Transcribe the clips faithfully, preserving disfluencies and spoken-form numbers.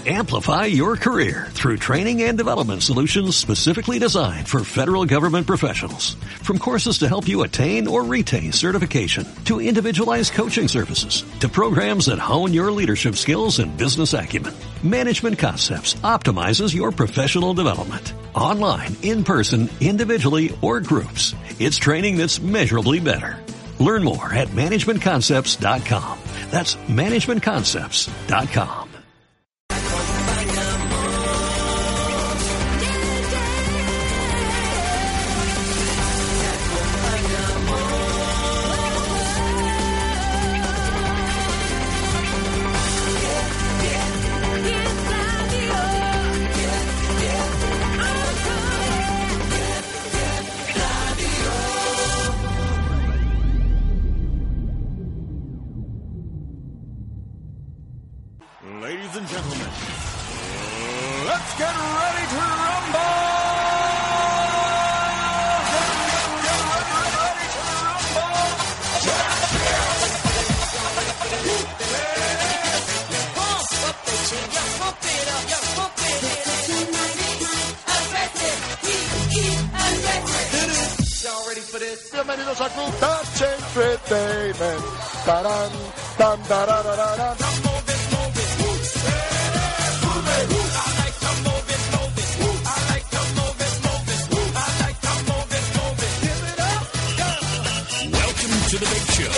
Amplify your career through training and development solutions specifically designed for federal government professionals. From courses to help you attain or retain certification, to individualized coaching services, to programs that hone your leadership skills and business acumen, Management Concepts optimizes your professional development. Online, in person, individually, or groups, it's training that's measurably better. Learn more at management concepts dot com. That's management concepts dot com. Ladies and gentlemen, let's get ready to rumble! Get, get ready, ready to rumble! Pump up the chin, yeah, pump it up, yeah, pump it in. Aggressive, heat, heat, aggressive. Y'all ready for this? Bienvenidos a Club Touch Entertainment. Taran, tan, tarararara. To the big show.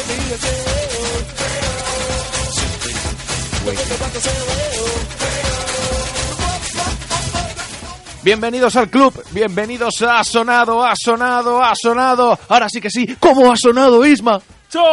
Bienvenidos al club, bienvenidos a Sonado, ha sonado, ha sonado. Ahora sí que sí, ¿cómo ha sonado, Isma? ¡Chof!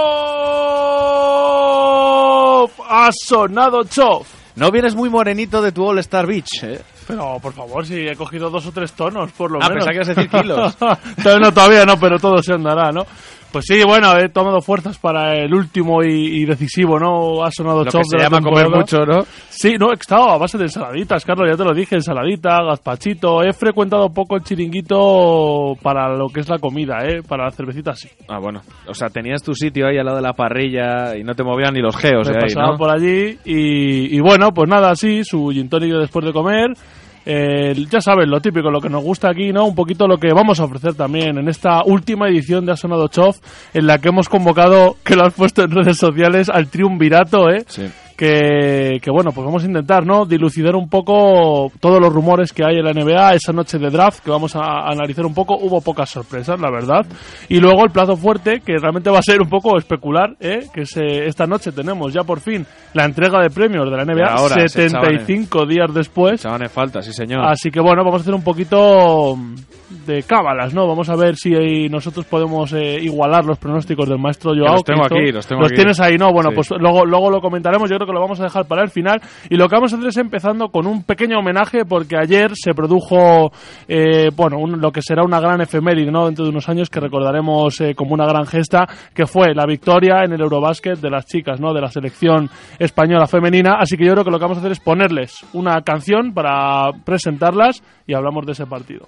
¡Ha sonado Chof! No vienes muy morenito de tu All Star Beach, ¿eh? Pero, por favor, si he cogido dos o tres tonos, por lo ah, menos. Ah, pensaba que ibas a decir kilos. No, todavía no, pero todo se andará, ¿no? Pues sí, bueno, he tomado fuerzas para el último y, y decisivo, ¿no? Ha sonado Chof de la temporada. Lo que se llama comer mucho, ¿no? Sí, no, he estado a base de ensaladitas, Carlos, ya te lo dije, ensaladita, gazpachito. He frecuentado poco el chiringuito para lo que es la comida, ¿eh? Para la cervecita sí. Ah, bueno. O sea, tenías tu sitio ahí al lado de la parrilla y no te movían ni los geos Me de ahí, pasaba ¿no? por allí y, y bueno, pues nada, sí, su gin tonic después de comer. Eh, ya sabes, lo típico, lo que nos gusta aquí, ¿no? Un poquito lo que vamos a ofrecer también en esta última edición de Ha sonado Chof, en la que hemos convocado, que lo has puesto en redes sociales, al triunvirato, ¿eh? Sí. Que, que bueno, pues vamos a intentar, ¿no? Dilucidar un poco todos los rumores que hay en la N B A, esa noche de draft que vamos a analizar un poco. Hubo pocas sorpresas, la verdad. Y luego el plazo fuerte, que realmente va a ser un poco especular, ¿eh? Que se, esta noche tenemos ya por fin la entrega de premios de la N B A, ahora, setenta y cinco días después. Echaban en falta, sí señor. Así que bueno, vamos a hacer un poquito de cábalas, ¿no? Vamos a ver si nosotros podemos eh, igualar los pronósticos del maestro Joao. Los tengo esto, aquí, los tengo Los aquí. tienes ahí, ¿no? Bueno, sí. Pues luego, luego lo comentaremos. Yo creo que lo vamos a dejar para el final. Y lo que vamos a hacer es empezando con un pequeño homenaje, porque ayer se produjo, eh, bueno, un, lo que será una gran efeméride, ¿no? Dentro de unos años que recordaremos eh, como una gran gesta, que fue la victoria en el Eurobasket de las chicas, ¿no? De la selección española femenina. Así que yo creo que lo que vamos a hacer es ponerles una canción para presentarlas y hablamos de ese partido.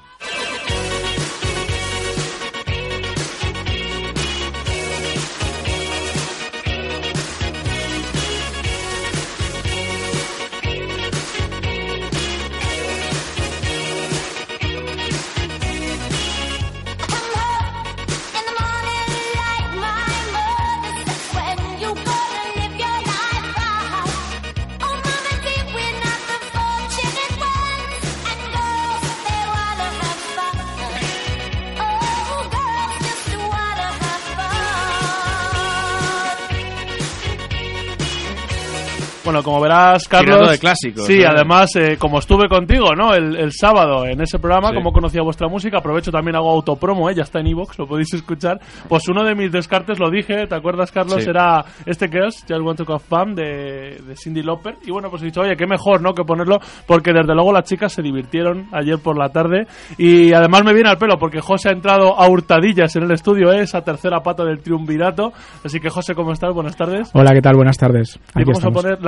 Bueno, como verás, Carlos... Tirando de clásicos. Sí, ¿eh? además, eh, como estuve contigo, ¿no? El, el sábado en ese programa, sí. Como conocía vuestra música, aprovecho también, hago autopromo, ¿eh? Ya está en iVoox, lo podéis escuchar. Pues uno de mis descartes, lo dije, ¿te acuerdas, Carlos? Sí. Era este que es, Just Want to Have Fun, de, de Cyndi Lauper. Y bueno, pues he dicho, oye, qué mejor, ¿no? Que ponerlo, porque desde luego las chicas se divirtieron ayer por la tarde. Y además me viene al pelo, porque José ha entrado a hurtadillas en el estudio, ¿eh? Esa tercera pata del triunvirato. Así que, José, ¿cómo estás? Buenas tardes. Hola, ¿qué tal? Buenas tardes. Y Aquí vamos estamos. a poner la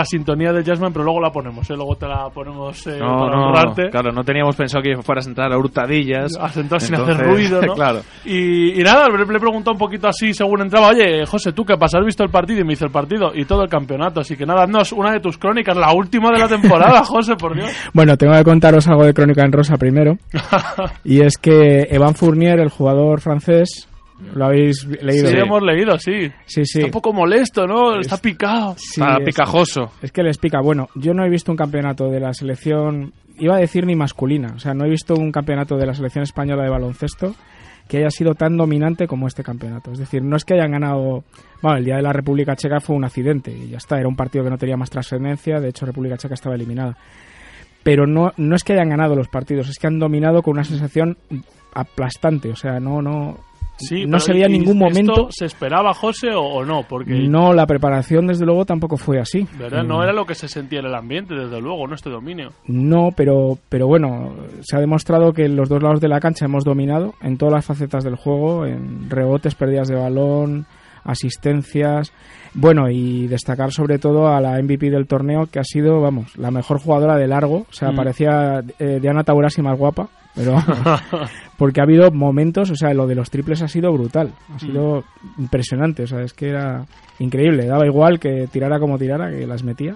sintonía de Jazzman, pero luego la ponemos, ¿eh? Luego te la ponemos eh, no, para no, honrarte. Claro, no teníamos pensado que fueras a entrar a hurtadillas. A sentar sin Entonces, hacer ruido, ¿no? Claro. Y, y nada, le, le preguntó un poquito así según entraba, oye, José, ¿tú qué pasa? ¿Has visto el partido? Y me dice el partido y todo el campeonato. Así que nada, haznos una de tus crónicas, la última de la temporada, José, por Dios. Bueno, tengo que contaros algo de Crónica en Rosa primero. Y es que Evan Fournier, el jugador francés, ¿lo habéis leído? Sí, ¿no? hemos leído, sí. Sí, sí. Está un poco molesto, ¿no? Es- Está picado. Sí, Está es- picajoso. Es que les pica. Bueno, yo no he visto un campeonato de la selección, iba a decir ni masculina, o sea, no he visto un campeonato de la selección española de baloncesto que haya sido tan dominante como este campeonato. Es decir, no es que hayan ganado... Bueno, el día de la República Checa fue un accidente y ya está, era un partido que no tenía más trascendencia, de hecho República Checa estaba eliminada. Pero no, no es que hayan ganado los partidos, es que han dominado con una sensación aplastante, o sea, no... no Sí, no pero se veía ¿y- y ningún momento... ¿Esto se esperaba, José, o, o no? Porque, No, la preparación desde luego tampoco fue así. ¿verdad? Mm. No era lo que se sentía en el ambiente, desde luego, no este dominio. No, pero, pero bueno, se ha demostrado que en los dos lados de la cancha hemos dominado en todas las facetas del juego, en rebotes, pérdidas de balón, asistencias. Bueno, y destacar sobre todo a la M V P del torneo, que ha sido, vamos, la mejor jugadora de largo. O sea, Mm. parecía eh, Diana Taurasi más guapa, pero porque ha habido momentos, o sea, lo de los triples ha sido brutal, ha sido impresionante, o sea, es que era increíble, daba igual que tirara como tirara, que las metía.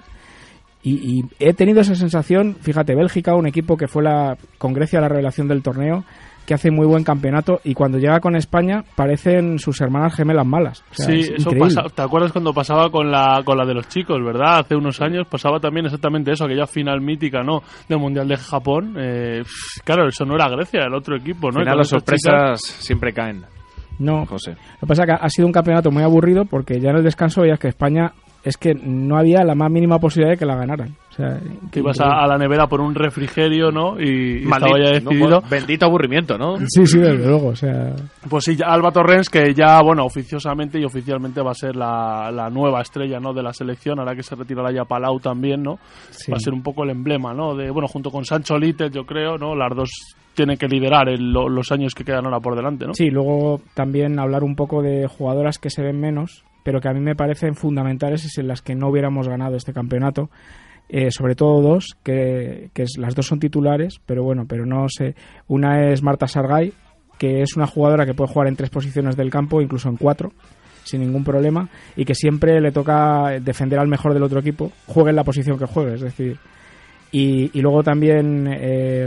Y, y he tenido esa sensación, fíjate, Bélgica, un equipo que fue la con Grecia la revelación del torneo, que hace muy buen campeonato, y cuando llega con España parecen sus hermanas gemelas malas. O sea, Sí, es eso increíble. pasa. ¿Te acuerdas cuando pasaba con la con la de los chicos, verdad? Hace unos años pasaba también exactamente eso, aquella final mítica, ¿no? Del Mundial de Japón. Eh, pff, claro, eso no era Grecia, el otro equipo, ¿no? Al Y final con las estas sorpresas chicas- siempre caen, No, José. lo que pasa es que ha sido un campeonato muy aburrido porque ya en el descanso veías que España es que no había la más mínima posibilidad de que la ganaran. O sea, Que ibas a, a la nevera por un refrigerio, ¿no? Y, y estaba ya Maldito, decidido. ¿no? Bendito aburrimiento, ¿no? Sí, sí, desde luego. O sea, Pues sí, ya Alba Torrens, que ya, bueno, oficiosamente y oficialmente va a ser la, la nueva estrella, ¿no? De la selección, ahora que se retirará ya Palau también, ¿no? sí. Va a ser un poco el emblema, ¿no? De, bueno, junto con Sancho Little, yo creo, ¿no? Las dos tienen que liderar el- lo- los años que quedan ahora por delante, ¿no? Sí, luego también hablar un poco de jugadoras que se ven menos, pero que a mí me parecen fundamentales y sin las que no hubiéramos ganado este campeonato. Eh, sobre todo dos, que, que es, las dos son titulares, pero bueno, pero no sé. Una es Marta Sargay, que es una jugadora que puede jugar en tres posiciones del campo, incluso en cuatro, sin ningún problema, y que siempre le toca defender al mejor del otro equipo, juegue en la posición que juegue, es decir. Y, y luego también eh,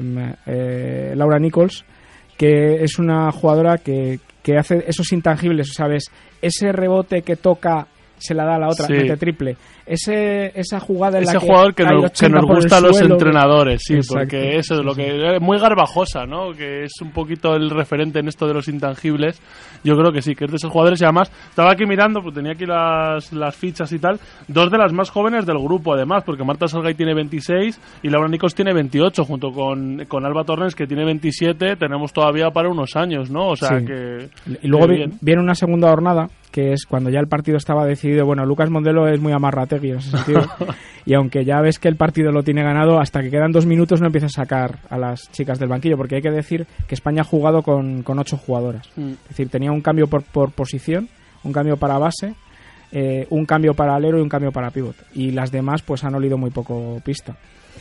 eh, Laura Nichols, que es una jugadora que, que hace esos intangibles, ¿sabes? Ese rebote que toca se la da a la otra, Sí. mete triple. Ese, esa jugada en Ese la que jugador que hay nos, que ochenta nos por el gusta a los suelo. entrenadores, sí, Exacto. porque eso es lo que es muy garbajosa, ¿no? Que es un poquito el referente en esto de los intangibles. Yo creo que sí, que es de esos jugadores. Y además, estaba aquí mirando, pues tenía aquí las, las fichas y tal. Dos de las más jóvenes del grupo, además, porque Marta Salgay tiene veintiséis y Laura Nichols tiene veintiocho, junto con, con Alba Torrens, que tiene veintisiete. Tenemos todavía para unos años, ¿no? O sea Sí. que. Y luego que vi- bien. viene una segunda jornada, que es cuando ya el partido estaba decidido. Bueno, Lucas Mondelo es muy amarrategui en ese sentido. Y aunque ya ves que el partido lo tiene ganado, hasta que quedan dos minutos no empieza a sacar a las chicas del banquillo, porque hay que decir que España ha jugado con, con ocho jugadoras. Mm. Es decir, tenía un cambio por, por posición, un cambio para base, eh, un cambio para alero y un cambio para pivot. Y las demás pues han olido muy poco pista.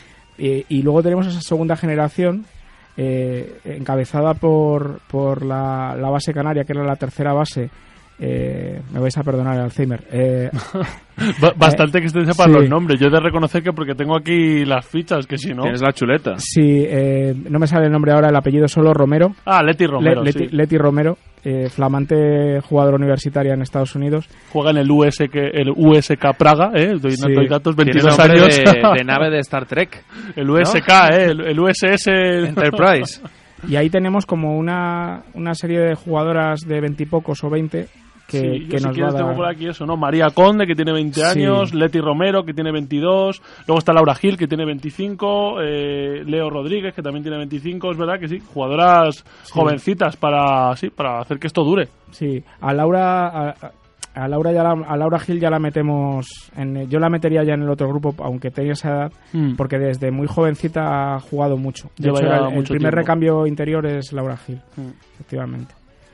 Eh, y luego tenemos esa segunda generación eh, encabezada por, por la, la base canaria, que era la tercera base. Eh, me vais a perdonar el Alzheimer. Eh, Ba- Bastante que usted sepa sí. los nombres. Yo he de reconocer que porque tengo aquí las fichas, que si no. Tienes la chuleta. sí, eh, no me sale el nombre ahora, el apellido solo, Romero. Ah, Leti Romero. Le- Leti, sí. Leti Romero, eh, flamante jugadora universitaria en Estados Unidos. Juega en el U S K, el U S K Praga, ¿eh? Doy, Sí. doy datos, Tiene veintidós nombre años. de, de nave de Star Trek. El U S K, ¿eh? El, el U S S. Enterprise. Y ahí tenemos como una, una serie de jugadoras de veintipocos o veinte que, Sí, que yo si nos va quieres a tengo dar... por aquí eso, ¿no? María Conde, que tiene veinte Sí. años, Leti Romero, que tiene veintidós, luego está Laura Gil, que tiene veinticinco, eh, Leo Rodríguez, que también tiene veinticinco, es verdad que sí, jugadoras jovencitas para, sí, para hacer que esto dure. Sí, a Laura... A, a Laura ya la, a Laura Gil ya la metemos en, yo la metería ya en el otro grupo, aunque tenga esa edad, Mm. porque desde muy jovencita ha jugado mucho. De Lleva hecho, ya el, el mucho primer tiempo. recambio interior es Laura Gil, Mm. efectivamente.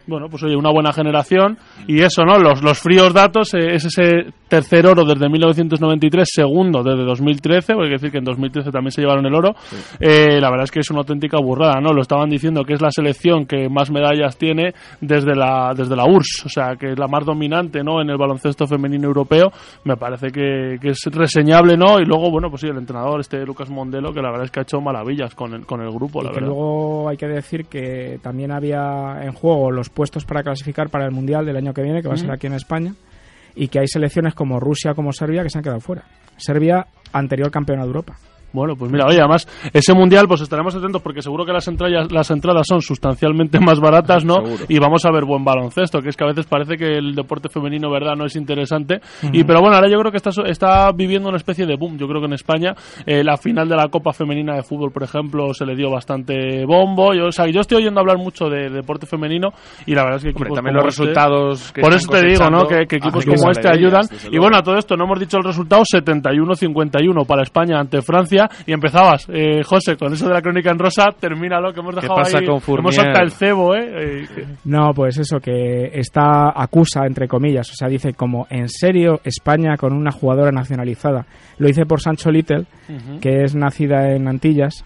Bueno, pues oye, una buena generación y eso, ¿no? Los, los fríos datos, eh, es ese tercer oro desde mil novecientos noventa y tres, segundo desde dos mil trece, porque hay que decir que en dos mil trece también se llevaron el oro. Sí. Eh, la verdad es que es una auténtica burrada, ¿no? Lo estaban diciendo que es la selección que más medallas tiene desde la desde la U R S S, o sea, que es la más dominante, ¿no? En el baloncesto femenino europeo. Me parece que, que es reseñable, ¿no? Y luego, bueno, pues sí, el entrenador, este Lucas Mondelo, que la verdad es que ha hecho maravillas con el, con el grupo, la y verdad. Que luego hay que decir que también había en juego los puestos para clasificar para el Mundial del año que viene, que va a ser aquí en España, y que hay selecciones como Rusia, como Serbia, que se han quedado fuera. Serbia, anterior campeona de Europa. Bueno, pues mira, oye, además, ese mundial, pues estaremos atentos porque seguro que las entradas, las entradas son sustancialmente más baratas, ¿no? Seguro. Y vamos a ver buen baloncesto, que es que a veces parece que el deporte femenino, ¿verdad?, no es interesante. Uh-huh. Y pero bueno, ahora yo creo que está, está viviendo una especie de boom. Yo creo que en España eh, la final de la Copa Femenina de Fútbol, por ejemplo, se le dio bastante bombo. Yo, o sea, yo estoy oyendo hablar mucho de, de deporte femenino y la verdad es que equipos Hombre, también como los este, resultados que por eso te digo, ¿no?, que, que equipos como este ayudan. Y bueno, a todo esto no hemos dicho el resultado, setenta y uno cincuenta y uno para España ante Francia, y empezabas Eh, José, con eso de la crónica en rosa, termínalo, que hemos dejado ¿Qué pasa ahí, con Fournier? hemos saltado el cebo, ¿eh? eh que... No, pues eso, que está acusa, entre comillas, o sea, dice como, ¿en serio España con una jugadora nacionalizada? Lo dice por Sancho Little, uh-huh. que es nacida en Antillas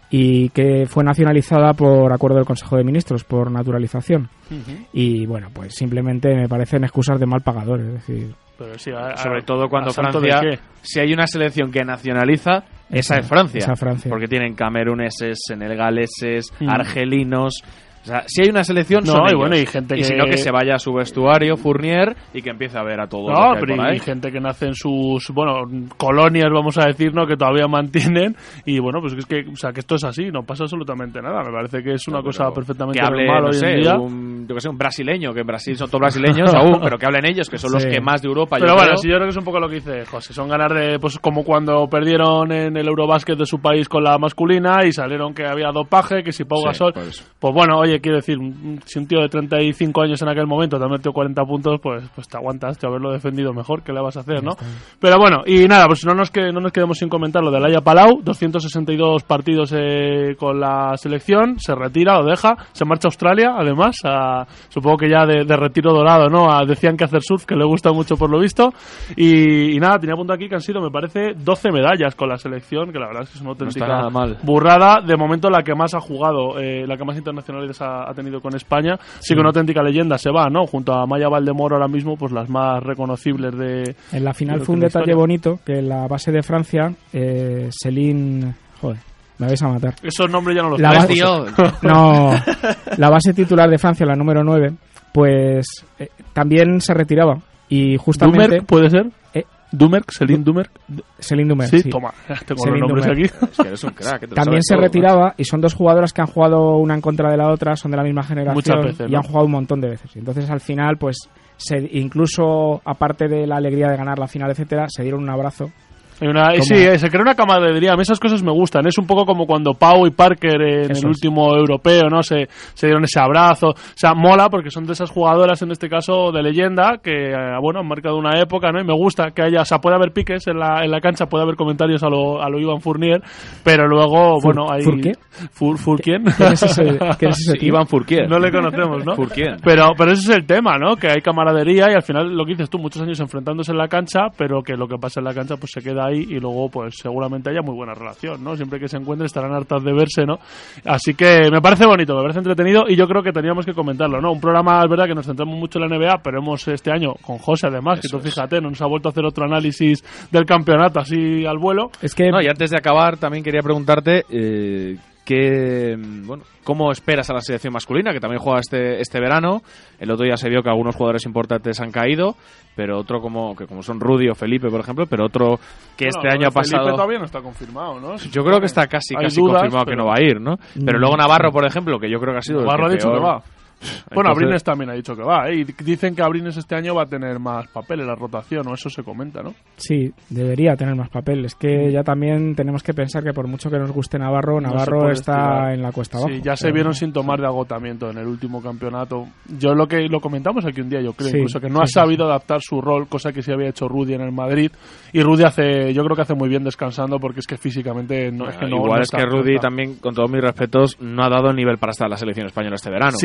y que fue nacionalizada por acuerdo del Consejo de Ministros, por naturalización. Uh-huh. Y bueno, pues simplemente me parecen excusas de mal pagador, es decir... Pero sí, a, a, sobre todo cuando Francia, si hay una selección que nacionaliza, esa, esa es Francia, esa Francia, porque tienen cameruneses, senegaleses, mm. argelinos. O sea, si hay una selección, no, son y ellos. Bueno, y gente y que... si no, que se vaya a su vestuario, Fournier, y que empiece a ver a todos. No, los que pero hay por ahí. Y gente que nace en sus, bueno, colonias, vamos a decir, ¿no?, que todavía mantienen. Y bueno, pues es que, o sea, que esto es así, no pasa absolutamente nada. Me parece que es una no, cosa perfectamente que hable, normal no hoy sé, en día. Un, yo que sé, un brasileño, que en Brasil son todos brasileños aún, pero que hablen ellos, que son sí. los que más de Europa. Pero yo bueno, creo. sí, yo creo que es un poco lo que dice José. Son ganar de, pues como cuando perdieron en el Eurobásquet de su país con la masculina y salieron que había dopaje, que si Pau Gasol. Sí, pues. pues bueno, oye, quiero decir, si un tío de treinta y cinco años en aquel momento te ha metido cuarenta puntos, pues pues te aguantas, te haberlo defendido mejor, ¿qué le vas a hacer, no? Pero bueno, y nada, pues no nos, que, no nos quedemos sin comentar lo de Laia Palau, doscientos sesenta y dos partidos eh, con la selección, se retira, lo deja, se marcha a Australia, además, a, supongo que ya de, de retiro dorado, ¿no? A, decían que hacer surf, que le gusta mucho por lo visto, y, y nada, tenía apuntado aquí que han sido, me parece, doce medallas con la selección, que la verdad es que es una auténtica no burrada, de momento la que más ha jugado, eh, la que más internacionales ha, ha tenido con España. Sí, que una auténtica leyenda se va, ¿no? Junto a Maya Valdemoro ahora mismo, pues las más reconocibles de... En la final de fue un detalle historia. bonito, que en la base de Francia, eh, Céline... Joder, me vais a matar. Esos nombres ya no los la traes, base, No, la base titular de Francia, la número nueve, pues eh, también se retiraba. Y justamente... ¿Dumerc puede ser? Eh, ¿Dumerc? ¿Céline Dumerc? Céline Dumerc, sí. sí. Toma, tengo Céline los nombres Dumerc. Aquí. Es que eres un crack. También se todo, retiraba, ¿no? Y son dos jugadoras que han jugado una en contra de la otra, son de la misma generación. Muchas veces, y ¿no? han jugado un montón de veces. Entonces, al final, pues, se, incluso aparte de la alegría de ganar la final, etcétera, se dieron un abrazo. Una, sí, eh, se crea una camaradería. A mí esas cosas me gustan. Es un poco como cuando Pau y Parker en Eso el último es. europeo, ¿no? Se, se dieron ese abrazo. O sea, mola porque son de esas jugadoras, en este caso, de leyenda, que, eh, bueno, han marcado una época, ¿no? Y me gusta que haya, o sea, puede haber piques en la, en la cancha, puede haber comentarios a lo, a lo Ivan Fournier, pero luego, Fur, bueno, hay... ¿Fur qué? ¿Fur, Fur quién? ¿Quién es ese, ¿quién es ese sí, Ivan Fournier. No le conocemos, ¿no? Fournier. Pero, pero ese es el tema, ¿no? Que hay camaradería y al final, lo que dices tú, muchos años enfrentándose en la cancha, pero que lo que pasa en la cancha, pues se queda ahí y luego, pues, seguramente haya muy buena relación, ¿no? Siempre que se encuentren estarán hartas de verse, ¿no? Así que me parece bonito, me parece entretenido y yo creo que teníamos que comentarlo, ¿no? Un programa, es verdad que nos centramos mucho en la N B A, pero hemos este año, con José además, Eso que tú fíjate, no nos ha vuelto a hacer otro análisis del campeonato así al vuelo. Es que... No, y antes de acabar, también quería preguntarte... Eh... Que, bueno, ¿cómo esperas a la selección masculina? Que también juega este este verano. El otro día se vio que algunos jugadores importantes han caído, pero otro como que como son Rudy o Felipe, por ejemplo, pero otro que bueno, este año ha pasado... Felipe todavía no está confirmado, ¿no? Si yo creo que está casi, casi dudas, confirmado pero... que no va a ir, ¿no? Pero luego Navarro, por ejemplo, que yo creo que ha sido Navarro el que ha dicho peor... que va. Entonces... Bueno, Abrines también ha dicho que va, ¿eh? Y dicen que Abrines este año va a tener más papel en la rotación, o eso se comenta, ¿no? Sí, debería tener más papel. Es que ya también tenemos que pensar que por mucho que nos guste Navarro, Navarro no está estirar. En la cuesta abajo. Sí, ya se vieron síntomas de agotamiento en el último campeonato. Yo lo que lo comentamos aquí un día, yo creo, sí, incluso que no sí, ha sabido sí. adaptar su rol, cosa que sí había hecho Rudy en el Madrid. Y Rudy hace, yo creo que hace muy bien descansando porque es que físicamente no, bueno, es que no. Igual no es que Rudy también, con todos mis respetos, no ha dado el nivel para estar en la selección española este verano. Sí, por supuesto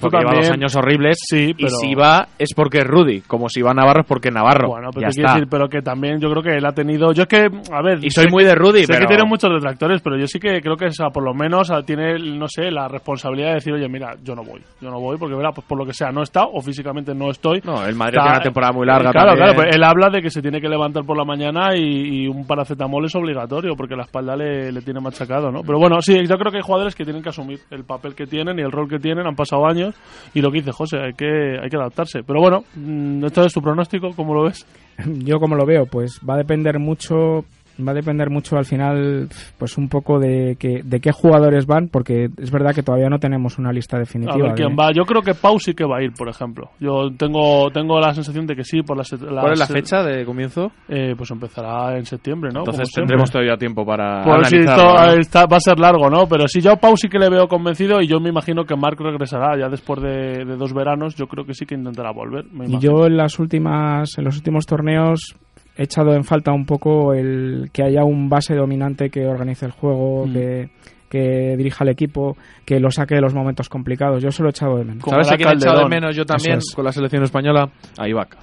supuesto, porque también... lleva dos años horribles, sí, pero... y si va es porque es Rudy, como si va Navarro es porque es Navarro. Bueno, pero ya te quiero está. decir, pero que también yo creo que él ha tenido... Yo es que, a ver... Y soy muy de Rudy, sé pero... que tiene muchos detractores, pero yo sí que creo que, o sea, por lo menos o sea, tiene, no sé, la responsabilidad de decir, oye, mira, yo no voy, yo no voy, porque, verá, pues por lo que sea, no está, o físicamente no estoy. No, el Madrid Está, tiene una temporada muy larga Claro, también. claro, pues él habla de que se tiene que levantar por la mañana y, y un paracetamol es obligatorio, porque la espalda le, le tiene machacado, ¿no? Pero bueno, sí, yo creo que hay jugadores que tienen que asumir el papel que tienen y el rol que tienen, han pasado años, y lo que dice José, hay que, hay que adaptarse. Pero bueno, esto es tu pronóstico, ¿cómo lo ves? Yo como lo veo, pues va a depender mucho... Va a depender mucho al final, pues un poco de, que, de qué jugadores van, porque es verdad que todavía no tenemos una lista definitiva. A ver quién de... va. Yo creo que Pau sí que va a ir, por ejemplo. Yo tengo tengo la sensación de que sí. Por las, las ¿Cuál es la fecha de comienzo? Eh, pues empezará en septiembre, ¿no? Entonces Como tendremos siempre. todavía tiempo para Pues sí, analizarlo, esto ¿no? está, va a ser largo, ¿no? Pero sí, yo a Pau sí que le veo convencido y yo me imagino que Marc regresará ya después de, de dos veranos. Yo creo que sí que intentará volver. Me y imagino. yo en las últimas, en los últimos torneos he echado en falta un poco el que haya un base dominante que organice el juego, Mm. que, que dirija el equipo, que lo saque de los momentos complicados. Yo eso lo he echado de menos. Como ¿Sabes era a quién he echado de Calderón. menos yo también Eso es. con la selección española? A Ibaka.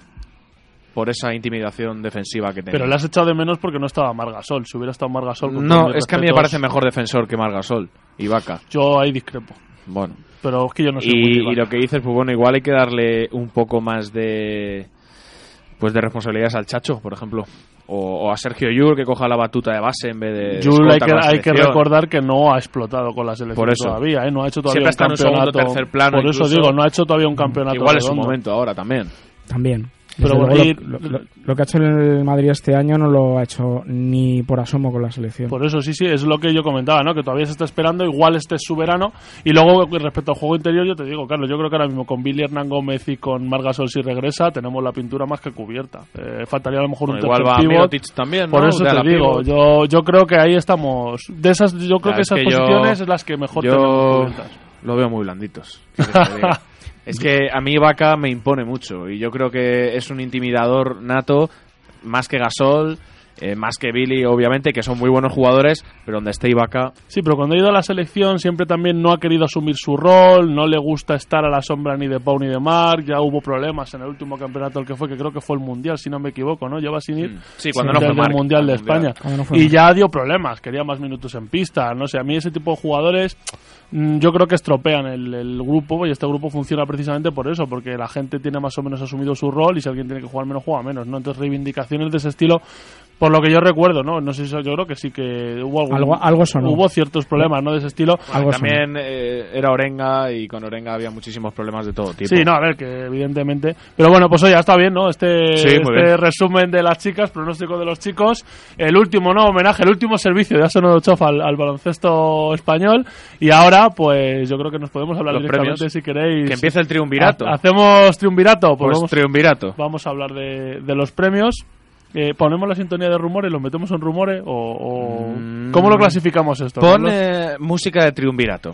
Por esa intimidación defensiva que tenía. Pero le has echado de menos porque no estaba Margasol. Si hubiera estado Margasol... con No, todos mis es que a mí me respetos, parece mejor defensor que Margasol, Ibaka. Yo ahí discrepo. Bueno. Pero es que yo no soy muy Y, Ibaka. y lo que dices, pues bueno, igual hay que darle un poco más de... Pues de responsabilidades al Chacho, por ejemplo. O, o a Sergio Llull, que coja la batuta de base en vez de... de Jul hay escolta que, con la hay que selección. recordar que no ha explotado con la selección Por eso. todavía, ¿eh? No ha hecho todavía Siempre un está en un segundo, campeonato. tercer plano, Por eso incluso. digo, no ha hecho todavía un campeonato. Igual es su redondo. momento ahora también. También. Pero Desde bueno, luego, y- lo, lo- lo que ha hecho el Madrid este año no lo ha hecho ni por asomo con la selección. Por eso, sí, sí, es lo que yo comentaba, ¿no? Que todavía se está esperando, igual este es su verano. Y luego, respecto al juego interior, yo te digo, Carlos, yo creo que ahora mismo con Billy Hernán Gómez y con Margasol si regresa, tenemos la pintura más que cubierta. Eh, faltaría a lo mejor Bueno, un igual tercer va pivot. Mirotic también, Por ¿no? eso De te ala digo, pivot. yo, yo creo que ahí estamos. De esas, yo creo Ya, que es esas que yo- posiciones es las que mejor yo tenemos cubiertas. lo veo muy blanditos. ¿Qué quieres que te diga? Es que a mí Ibaka me impone mucho y yo creo que es un intimidador nato, más que Gasol, eh, más que Billy, obviamente, que son muy buenos jugadores, pero donde esté Ibaka... Sí, pero cuando ha ido a la selección siempre también no ha querido asumir su rol, no le gusta estar a la sombra ni de Pau ni de Marc, ya hubo problemas en el último campeonato el que fue, que creo que fue el Mundial, si no me equivoco, ¿no? Lleva sin ir Mm. Sí, cuando sin no fue desde el Marc, Mundial de al Mundial. España. Cuando no fue Y Marc. ya dio problemas, quería más minutos en pista, no sé, a mí ese tipo de jugadores mm, yo creo que estropean el, el grupo y este grupo funciona precisamente por eso, porque la gente tiene más o menos asumido su rol y si alguien tiene que jugar menos, juega menos, ¿no? Entonces reivindicaciones de ese estilo, por lo que yo recuerdo, ¿no? No sé si yo creo que sí que hubo algún, Algo- algo sonó. hubo ciertos problemas, ¿no? De ese estilo. Algo También eh, era Orenga y con Orenga había muchísimos problemas de todo tipo. Sí, no, a ver, que evidentemente. Pero bueno, pues oye, ya está bien, ¿no? Este, Sí, muy este bien. resumen de las chicas, pronóstico de los chicos. El último, ¿no? Homenaje, el último servicio de Asono Chof al, al baloncesto español. Y ahora, pues yo creo que nos podemos hablar Los directamente, premios. si queréis. Que empiece el triunvirato. Ha- ¿Hacemos triunvirato? Pues, Pues vamos, triunvirato. vamos a hablar de, de los premios. Eh, ¿Ponemos la sintonía de rumores? ¿Lo metemos en rumores? ¿O, o- Mm. cómo lo clasificamos esto? Pon Carlos? eh, música de triunvirato.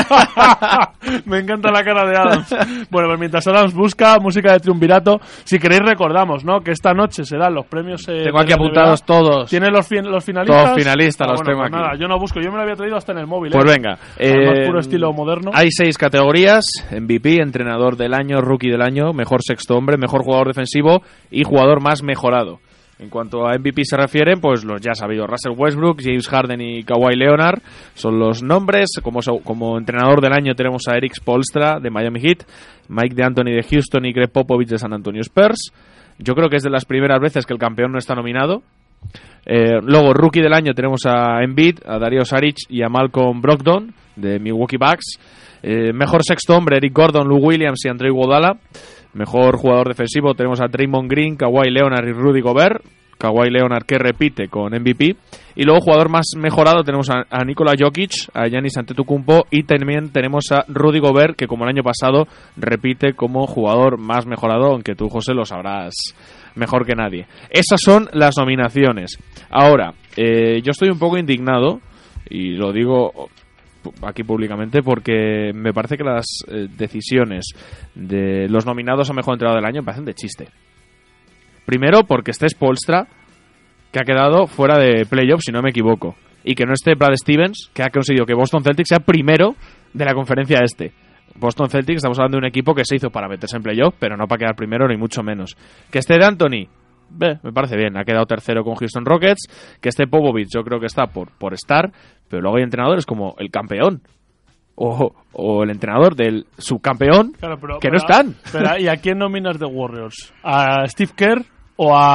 Me encanta la cara de Adams. Bueno, pues mientras Adams busca música de triunvirato, si queréis recordamos, ¿no? Que esta noche serán los premios. Eh, Tengo de aquí la N B A. apuntados todos. ¿Tiene los, fin- los finalistas? Todos finalistas, Ah, los bueno, tengo pues aquí. Nada, yo no busco, yo me lo había traído hasta en el móvil. Pues ¿eh? venga. Al más eh, puro estilo moderno. Hay seis categorías: M V P, entrenador del año, rookie del año, mejor sexto hombre, mejor jugador defensivo y jugador más mejorado. En cuanto a M V P se refieren, pues los ya sabidos, Russell Westbrook, James Harden y Kawhi Leonard son los nombres. Como, so- como entrenador del año tenemos a Eric Spoelstra de Miami Heat, Mike D'Antoni de Houston y Greg Popovich de San Antonio Spurs. Yo creo que es de las primeras veces que el campeón no está nominado. Eh, luego, rookie del año tenemos a Embiid, a Dario Saric y a Malcolm Brogdon de Milwaukee Bucks. Eh, mejor sexto hombre, Eric Gordon, Lou Williams y André Iguodala. Mejor jugador defensivo tenemos a Draymond Green, Kawhi Leonard y Rudy Gobert. Kawhi Leonard que repite con M V P. Y luego jugador más mejorado tenemos a, a Nikola Jokic, a Giannis Antetokounmpo y también tenemos a Rudy Gobert, que como el año pasado repite como jugador más mejorado, aunque tú, José, lo sabrás mejor que nadie. Esas son las nominaciones. Ahora, eh, yo estoy un poco indignado, y lo digo aquí públicamente, porque me parece que las eh, decisiones de los nominados a mejor entrenador del año me parecen de chiste. Primero, porque esté Spoelstra, que ha quedado fuera de playoffs, si no me equivoco, y que no esté Brad Stevens, que ha conseguido que Boston Celtics sea primero de la conferencia este. Boston Celtics, estamos hablando de un equipo que se hizo para meterse en playoff, pero no para quedar primero ni mucho menos. Que esté de Anthony, ve, me parece bien, ha quedado tercero con Houston Rockets. Que esté Popovich, yo creo que está por, por estar, pero luego hay entrenadores como el campeón o, o el entrenador del subcampeón claro, pero, que pero, no están. Pero, ¿y a quién nominas de Warriors? ¿A Steve Kerr? O a,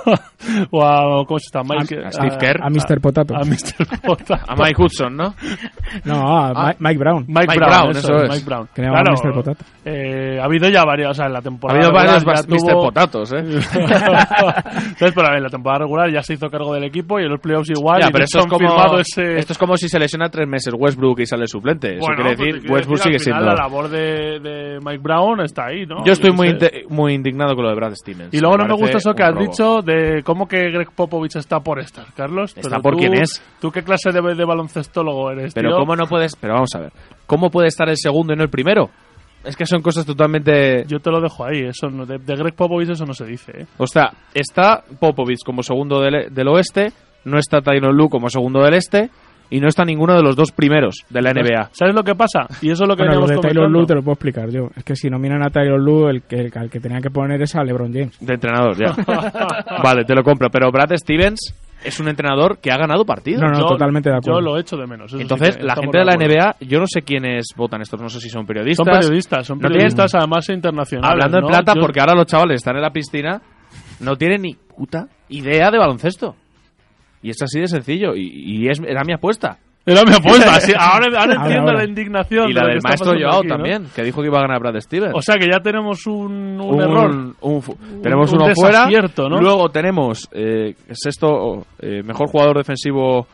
o a ¿cómo se está? Mike, a, a Steve Kerr, a, a mister Potato, a mister Potato, a Mike Hudson, ¿no? No, a ah, Mike, Mike Brown. Mike, Mike Brown, Brown, eso, eso es. es. Mike Brown. Que le llaman claro, mister Potato. Eh, ha habido ya varios, o sea, en la temporada. Ha habido varios regular ya mister tuvo... Potatos, ¿eh? Entonces, pero en la temporada regular ya se hizo cargo del equipo y en los playoffs igual. Ya, y pero esto es, como, ese... esto es como si se lesiona tres meses Westbrook y sale suplente. Eso bueno, quiere pues decir, quiere Westbrook decir, sigue al final, siendo. La labor de, de Mike Brown está ahí, ¿no? Yo estoy Yo muy, sé. inte- muy indignado con lo de Brad Stevens. Y luego no me parece gusta eso que un has robo. dicho de cómo que Greg Popovich está por estar, Carlos. Está Pero por tú, quién es. ¿Tú qué clase de, de baloncestólogo eres, Pero tío? cómo no puedes. Pero vamos a ver. ¿Cómo puede estar el segundo y no el primero? Es que son cosas totalmente. Yo te lo dejo ahí. Eso no, de, de Greg Popovich eso no se dice, ¿eh? O sea, está Popovich como segundo del, del oeste, no está Tyronn Lue como segundo del este, y no está ninguno de los dos primeros de la N B A. ¿Sabes lo que pasa? Y eso es lo que Bueno, lo veníamos de Tyronn comentando. Lue te lo puedo explicar yo. Es que si nominan a Tyronn Lue, el que, el que tenía que poner es a LeBron James. De entrenador, ya. Vale, te lo compro. Pero Brad Stevens es un entrenador que ha ganado partidos. No, no, Yo- totalmente de acuerdo. Yo lo echo de menos. eso Entonces, sí que la estamos gente de la acuerdo. N B A, yo no sé quiénes votan estos, no sé si son periodistas. Son periodistas, son No periodistas tienen- además internacionales. Hablando en ¿no? plata, Yo- porque ahora los chavales están en la piscina, no tienen ni puta idea de baloncesto. Y es así de sencillo, y, y es, era mi apuesta. Era mi apuesta. Sí, ahora, ahora Ahora, entiendo ahora. la indignación. Y de la lo que del está maestro pasando Joao aquí, ¿no? también, que dijo que iba a ganar Brad Stevens. O sea que ya tenemos un, un, un error. un fu- tenemos un uno fuera. desacierto, ¿no? Luego tenemos eh, sexto, eh, mejor jugador defensivo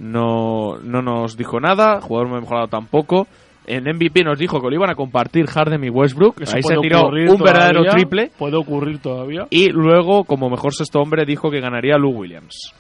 no, no nos dijo nada, jugador mejorado tampoco. En M V P nos dijo que lo iban a compartir Harden y Westbrook. Eso Ahí se puede tiró ocurrir un verdadero todavía, triple. Puede ocurrir todavía. Y luego, como mejor sexto hombre, dijo que ganaría Lou Williams.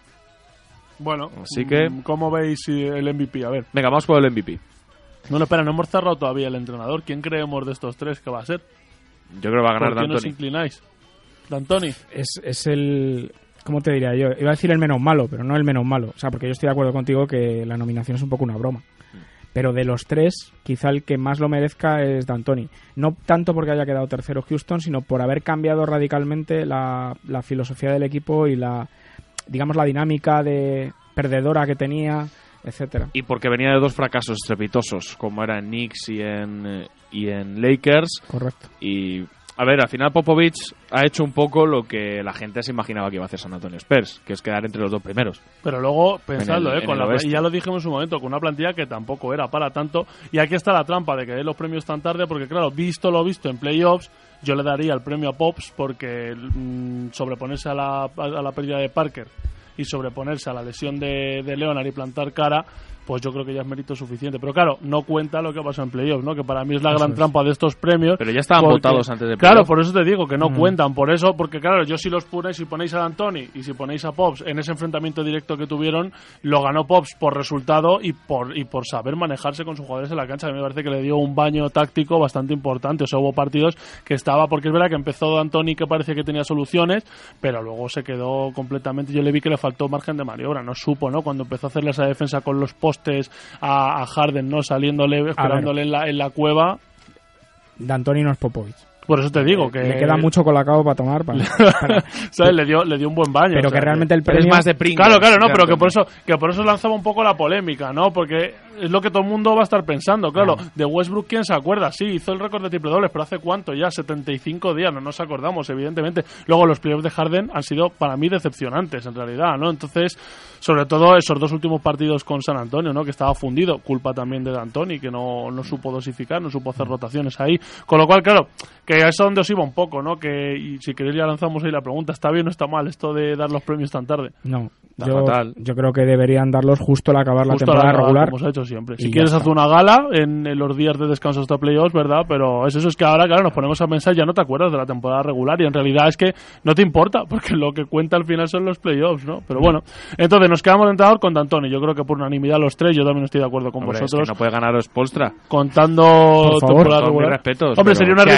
Bueno, Así que- mm, ¿cómo veis el M V P? A ver. Venga, vamos por el M V P. No, no, espera, no hemos cerrado todavía el entrenador. ¿Quién creemos de estos tres que va a ser? Yo creo que va a ganar ¿Por qué nos D'Antoni. inclináis? ¿D'Antoni? Es, es el... ¿Cómo te diría yo? Iba a decir el menos malo, pero no el menos malo. O sea, porque yo estoy de acuerdo contigo que la nominación es un poco una broma. Pero de los tres, quizá el que más lo merezca es D'Antoni. No tanto porque haya quedado tercero Houston, sino por haber cambiado radicalmente la, la filosofía del equipo y la, digamos, la dinámica de perdedora que tenía, etcétera. Y porque venía de dos fracasos estrepitosos, como era en Knicks y en, eh, y en Lakers. Correcto. Y, a ver, al final Popovich ha hecho un poco lo que la gente se imaginaba que iba a hacer San Antonio Spurs, que es quedar entre los dos primeros. Pero luego, pensadlo, En el- ¿eh? en Con el la, oeste. y ya lo dijimos en su momento, con una plantilla que tampoco era para tanto. Y aquí está la trampa de que den los premios tan tarde, porque claro, visto lo visto en playoffs, yo le daría el premio a Pops porque mm, sobreponerse a la, a la pérdida de Parker y sobreponerse a la lesión de, de Leonard y plantar cara, pues yo creo que ya es mérito suficiente. Pero claro, no cuenta lo que pasa en playoffs, ¿no? Que para mí es la Eso gran es. trampa de estos premios. Pero ya estaban porque- votados antes de Claro, playoff. por eso te digo que no Mm. cuentan. Por eso, porque claro, yo si los ponéis, si ponéis a D'Antoni y si ponéis a Pops en ese enfrentamiento directo que tuvieron, lo ganó Pops por resultado y por y por saber manejarse con sus jugadores en la cancha. A mí me parece que le dio un baño táctico bastante importante. O sea, hubo partidos que estaba, porque es verdad que empezó D'Antoni que parecía que tenía soluciones, pero luego se quedó completamente. Yo le vi que le faltó margen de maniobra, no supo, ¿no? Cuando empezó a hacerle esa defensa con los postes a, a Harden, ¿no? Saliéndole, esperándole en la, en la cueva. D'Antoni no es Popovich. Por eso te digo que Le queda mucho colacao para tomar. Para, para- ¿sabes? Le dio, le dio un buen baño. pero o sea, que realmente el Pero es premio... más de Pringles. Claro, claro, no, pero que D'Antoni. por eso que por eso lanzaba un poco la polémica, ¿no? Porque es lo que todo el mundo va a estar pensando, claro. De Westbrook, ¿quién se acuerda? Sí, hizo el récord de triple dobles, pero ¿hace cuánto ya? setenta y cinco días, no nos acordamos, evidentemente. Luego los playoffs de Harden han sido, para mí, decepcionantes, en realidad, ¿no? Entonces, sobre todo esos dos últimos partidos con San Antonio, ¿no? Que estaba fundido, culpa también de D'Antoni, que no, no supo dosificar, no supo hacer rotaciones ahí. Con lo cual, claro, que a eso donde os iba un poco, ¿no? Que, y si queréis ya lanzamos ahí la pregunta, ¿está bien o está mal esto de dar los premios tan tarde? No, Está yo, fatal. yo creo que deberían darlos justo al acabar la Justo temporada al acabar, regular. como se ha hecho siempre. Y Si ya quieres está. hacer una gala en, en los días de descanso hasta playoffs, ¿verdad? Pero es eso, es que ahora, claro, nos ponemos a pensar, ya no te acuerdas de la temporada regular y en realidad es que no te importa, porque lo que cuenta al final son los playoffs, ¿no? Pero bueno, entonces nos quedamos de entrenador con D'Antoni. Yo creo que por unanimidad los tres, yo también estoy de acuerdo con Hombre, es vosotros. que no puede ganar Spolstra. Contando Por favor, temporada con mis regular. respetos, Hombre, pero sería una ¿qué ha hecho? reivindicación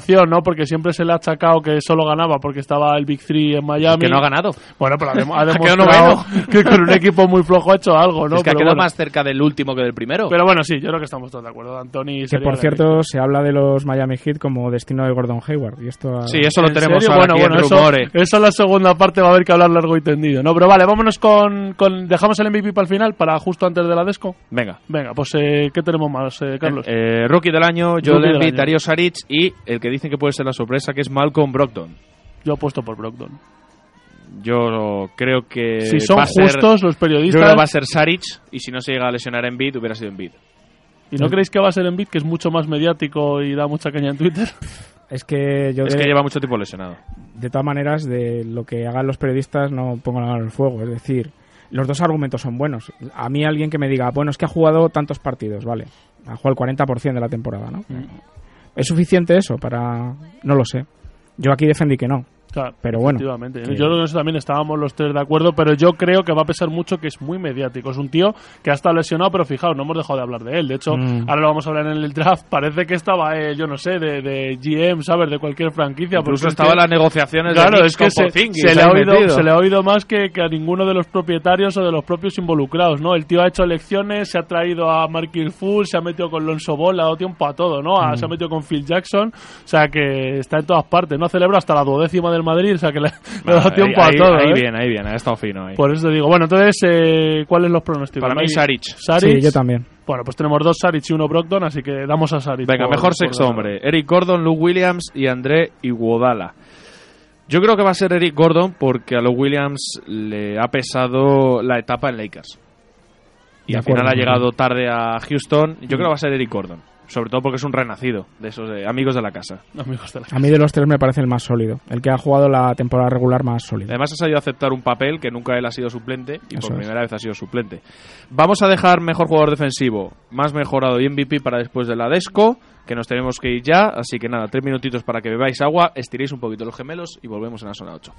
comparación, ¿no? Porque siempre se le ha achacado que solo ganaba porque estaba el Big Three en Miami. Que no ha ganado. Bueno, pero ha, dem- ha quedado demostrado que con un equipo muy flojo ha hecho algo, ¿no? Es que pero ha quedado bueno. más cerca del último que del primero. Pero bueno, sí, yo creo que estamos todos de acuerdo. Anthony Que sería por el cierto se habla de los Miami Heat como destino de Gordon Hayward. Y esto ha- Sí, eso lo ¿En tenemos serio? ahora Bueno, aquí bueno, en eso, rumores. eso en la segunda parte va a haber que hablar largo y tendido, ¿no? Pero vale, vámonos con, con dejamos el M V P para el final, para justo antes de la Desco. Venga. Venga, pues eh, ¿qué tenemos más, eh, Carlos? Eh, rookie del año, Rookie Joel del Embiid, año. Dario Saric y el que dicen que puede ser la sorpresa, que es Malcolm Brogdon. Yo apuesto por Brogdon. Yo creo que Si son va a ser- justos los yo periodistas, creo que va a ser Saric, y si no se llega a lesionar Embiid, hubiera sido Embiid. ¿y no creéis que va a ser Embiid, que es mucho más mediático y da mucha caña en Twitter? Es que yo Es de, que lleva mucho tiempo lesionado. de todas maneras, de lo que hagan los periodistas no pongo la mano en el fuego. Es decir, los dos argumentos son buenos. A mí alguien que me diga, bueno, es que ha jugado tantos partidos, vale. Ha jugado el cuarenta por ciento de la temporada, ¿no? Mm. ¿Es suficiente eso para...? No lo sé. Yo aquí defendí que no. Claro, Pero bueno, efectivamente. que- Yo creo que eso también estábamos los tres de acuerdo, pero yo creo que va a pesar mucho que es muy mediático. Es un tío que ha estado lesionado, pero fijaos, no hemos dejado de hablar de él. De hecho, Mm. ahora lo vamos a hablar en el draft. Parece que estaba, eh, yo no sé, de, de G M, ¿sabes? De cualquier franquicia. Incluso porque es estaba que- en las negociaciones Claro, de Knicks es que con se, Porzingis, se le ahí ha oído, metido. se le ha oído más que, que a ninguno de los propietarios o de los propios involucrados, ¿no? El tío ha hecho elecciones, se ha traído a Marquis Full, se ha metido con Lonzo Ball, le ha dado tiempo a todo, ¿no? Mm. A- Se ha metido con Phil Jackson, o sea que está en todas partes, ¿no? Celebra hasta la duodécima del Madrid, o sea que le, le ha dado Ahí- tiempo ahí, a todo, ahí ¿eh? bien, ahí bien, ha estado fino ahí. Por eso te digo, bueno, entonces, eh, ¿cuáles los pronósticos? Para ¿No mí hay- Saric. Saric. Sí, yo también. Bueno, pues tenemos dos Saric y uno Brogdon, así que damos a Saric. Venga, por- mejor por sexto ganar. hombre. Eric Gordon, Luke Williams y André Iguodala. Yo creo que va a ser Eric Gordon porque a Luke Williams le ha pesado la etapa en Lakers. Y De al final acuerdo, ha sí. llegado tarde a Houston. Yo creo que va a ser Eric Gordon. Sobre todo porque es un renacido de esos de amigos de la casa. Amigos de la A mí de los tres me parece el más sólido. El que ha jugado la temporada regular más sólido. Además ha sabido aceptar un papel que nunca él ha sido suplente y Eso por es. primera vez ha sido suplente. Vamos a dejar mejor jugador defensivo, más mejorado y M V P para después de la Desco, que nos tenemos que ir ya. Así que nada, tres minutitos para que bebáis agua, estiréis un poquito los gemelos y volvemos en la zona ocho.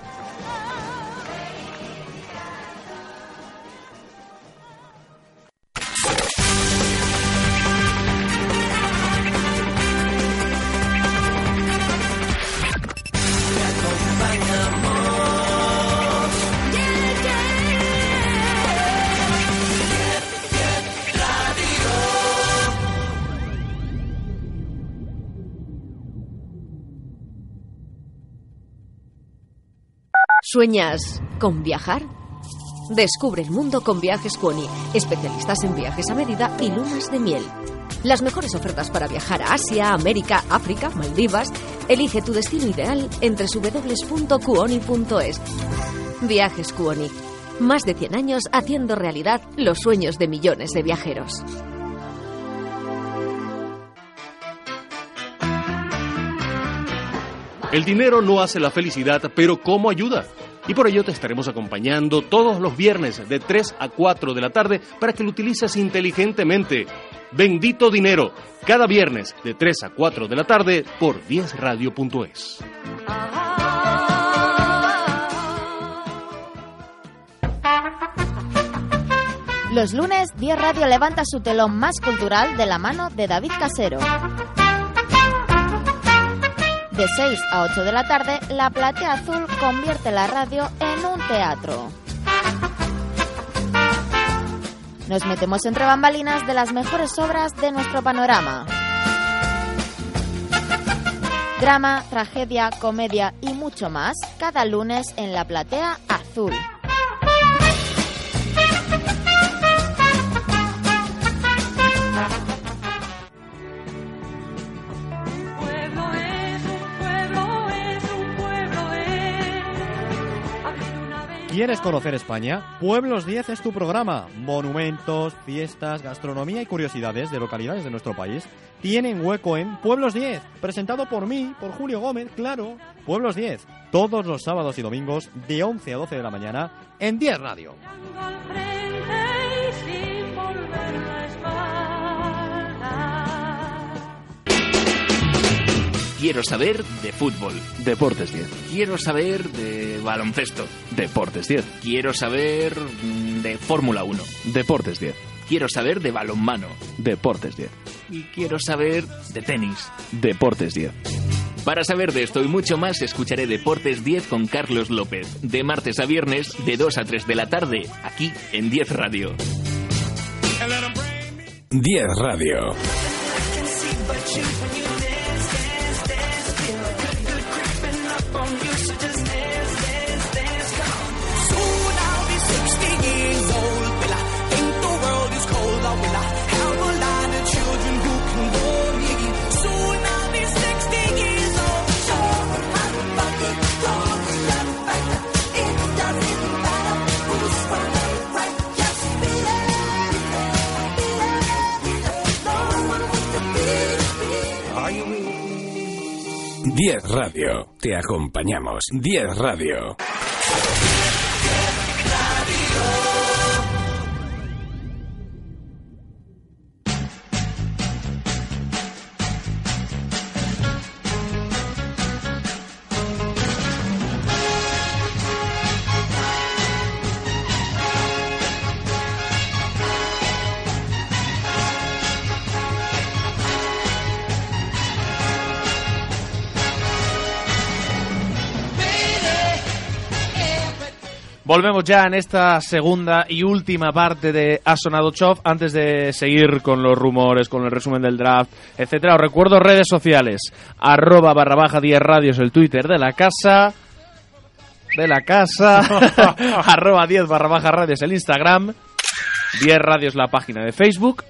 ¿Sueñas con viajar? Descubre el mundo con Viajes Cuoni, especialistas en viajes a medida y lunas de miel. Las mejores ofertas para viajar a Asia, América, África, Maldivas. Elige tu destino ideal en doble u doble u doble u punto cuoni punto es. Viajes Cuoni. Más de cien años haciendo realidad los sueños de millones de viajeros. El dinero no hace la felicidad, pero ¿cómo ayuda? Y por ello te estaremos acompañando todos los viernes de tres a cuatro de la tarde para que lo utilices inteligentemente. Bendito dinero, cada viernes de tres a cuatro de la tarde por diez radio punto es. Los lunes, diez Radio levanta su telón más cultural de la mano de David Casero. De seis a ocho de la tarde, la Platea Azul convierte la radio en un teatro. Nos metemos entre bambalinas de las mejores obras de nuestro panorama. Drama, tragedia, comedia y mucho más, cada lunes en la Platea Azul. ¿Quieres conocer España? Pueblos diez es tu programa. Monumentos, fiestas, gastronomía y curiosidades de localidades de nuestro país tienen hueco en Pueblos diez, presentado por mí, por Julio Gómez, claro. Pueblos diez, todos los sábados y domingos de once a doce de la mañana en diez Radio. Quiero saber de fútbol. Deportes diez. Quiero saber de baloncesto. Deportes diez. Quiero saber mm, de Fórmula uno. Deportes diez. Quiero saber de balonmano. Deportes diez. Y quiero saber de tenis. Deportes diez. Para saber de esto y mucho más, escucharé Deportes diez con Carlos López, de martes a viernes, de dos a tres de la tarde, aquí en diez Radio. diez Radio. diez Radio. Te acompañamos. diez Radio. Volvemos ya en esta segunda y última parte de Ha Sonado Chof. Antes de seguir con los rumores, con el resumen del draft, etcétera, os recuerdo redes sociales. Arroba barra baja diez radios el Twitter de la casa. De la casa. Arroba diez barra baja radios el Instagram. diez radios la página de Facebook.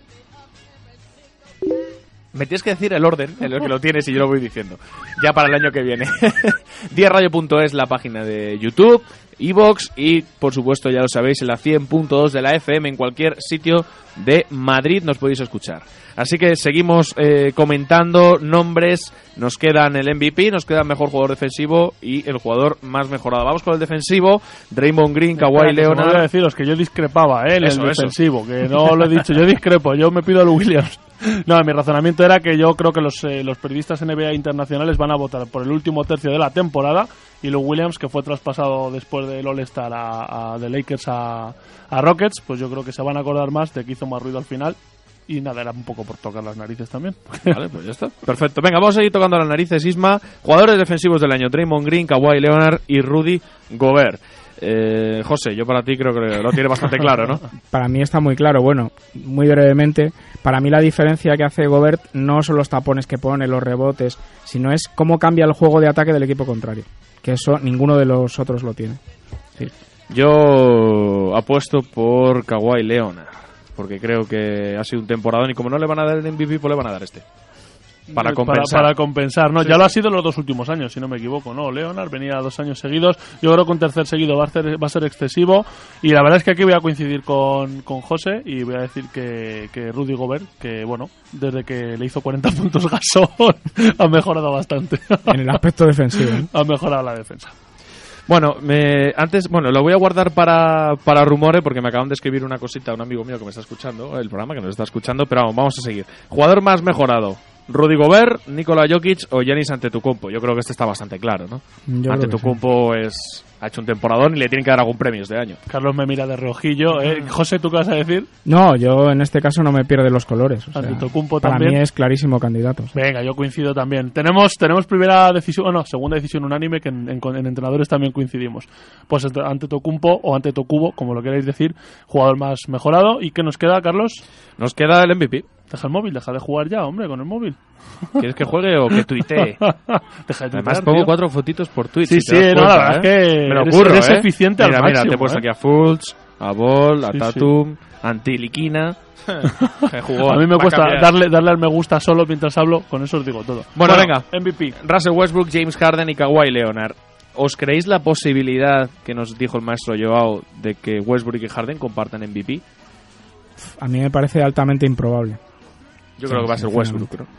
Me tienes que decir el orden en el que lo tienes y yo lo voy diciendo. Ya para el año que viene. diez radio punto es la página de YouTube, iVoox y, por supuesto, ya lo sabéis, en la cien punto dos de la F M, en cualquier sitio de Madrid nos podéis escuchar. Así que seguimos eh, comentando nombres. Nos quedan el M V P, nos queda el mejor jugador defensivo y el jugador más mejorado. Vamos con el defensivo. Draymond Green, Kawhi Leonard. Voy a deciros que yo discrepaba ¿eh? en eso, el eso. defensivo, que no lo he dicho. Yo discrepo, yo me pido al Williams. No, mi razonamiento era que yo creo que los, eh, los periodistas N B A internacionales van a votar por el último tercio de la temporada y Lou Williams, que fue traspasado después del All-Star a, a, de Lakers a, a Rockets, pues yo creo que se van a acordar más de que hizo más ruido al final. Y nada, era un poco por tocar las narices también. Vale, pues ya está. Perfecto. Venga, vamos a seguir tocando las narices, Isma. Jugadores defensivos del año: Draymond Green, Kawhi Leonard y Rudy Gobert. Eh, José, yo para ti creo que lo tiene bastante claro, ¿no? Para mí está muy claro. Bueno, muy brevemente, para mí la diferencia que hace Gobert no son los tapones que pone, los rebotes, sino es cómo cambia el juego de ataque del equipo contrario. Que eso ninguno de los otros lo tiene. Sí. Yo apuesto por Kawhi Leonard, porque creo que ha sido un temporadón y como no le van a dar el M V P, pues le van a dar este. Para compensar. Para, para compensar, ¿no? Sí. Ya lo ha sido los dos últimos años, si no me equivoco, ¿no? Leonard venía dos años seguidos. Yo creo que un tercer seguido va a ser, va a ser excesivo. Y la verdad es que aquí voy a coincidir con, con José y voy a decir que, que Rudy Gobert, que bueno, desde que le hizo cuarenta puntos Gasol, ha mejorado bastante. En el aspecto defensivo, ¿eh? Ha mejorado la defensa. Bueno, me, antes, bueno, lo voy a guardar para, para rumores porque me acaban de escribir una cosita a un amigo mío que me está escuchando, el programa que nos está escuchando, pero vamos, vamos a seguir. Jugador más mejorado: Rudy Gobert, Nikola Jokic o Giannis Antetokounmpo. Yo creo que este está bastante claro, ¿no? Antetokounmpo sí. es, ha hecho un temporadón y le tienen que dar algún premio este año. Carlos me mira de reojillo. ¿eh? José, ¿tú qué vas a decir? No, yo en este caso no me pierde los colores. O sea, Antetokounmpo para también. mí es clarísimo candidato. ¿Sí? Venga, yo coincido también. Tenemos tenemos primera decisión, o no, segunda decisión unánime, que en, en, en entrenadores también coincidimos. Pues Antetokounmpo o Antetokounmpo, como lo queráis decir, jugador más mejorado. ¿Y qué nos queda, Carlos? Nos queda el M V P. Deja el móvil, deja de jugar ya, hombre, con el móvil. ¿Quieres que juegue o que tuitee? Deja de tuitear, Además pongo tío. cuatro fotitos por Twitter. Sí, si sí, te das no, cuenta, la verdad ¿eh? es que me lo eres, ocurro, eres ¿eh? eficiente mira, al mira, máximo. te he puesto ¿eh? aquí a Fultz, a Ball, a Sí, Tatum, sí. a Antiliquina. A mí me cuesta darle, darle al me gusta solo mientras hablo, con eso os digo todo. Bueno, bueno, venga. M V P. Russell Westbrook, James Harden y Kawhi Leonard. ¿Os creéis la posibilidad que nos dijo el maestro Joao de que Westbrook y Harden compartan M V P? A mí me parece altamente improbable. Yo sí, creo que va a ser Westbrook, ¿no?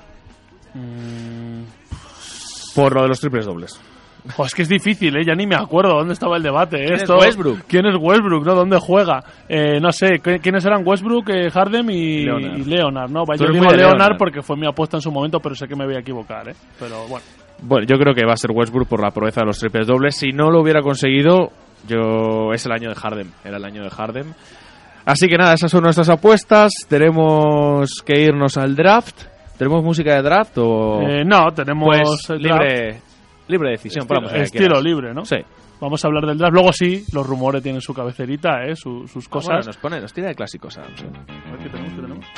Mm. Por lo de los triples dobles. Oh, es que es difícil, ¿eh? Ya ni me acuerdo dónde estaba el debate. ¿eh? ¿Quién Esto, es Westbrook? ¿Quién es Westbrook? ¿No? ¿Dónde juega? Eh, no sé, ¿quiénes eran Westbrook, eh, Harden y Leonard? Y Leonard, ¿no? Yo digo Leonard, Leonard porque fue mi apuesta en su momento, pero sé que me voy a equivocar, ¿eh? Pero bueno. Bueno, yo creo que va a ser Westbrook por la proeza de los triples dobles. Si no lo hubiera conseguido, yo es el año de Harden. Era el año de Harden. Así que nada, esas son nuestras apuestas. Tenemos que irnos al draft. ¿Tenemos música de draft o...? Eh, no, tenemos... Pues el libre, draft. libre decisión. Estilo, para la música que estilo quieras. libre, ¿no? Sí. Vamos a hablar del draft. Luego sí, los rumores tienen su cabecera, ¿eh? Su, sus Ah, cosas. bueno, nos pone, nos tira de clásicos. ¿Sabes? A ver qué tenemos, qué tenemos.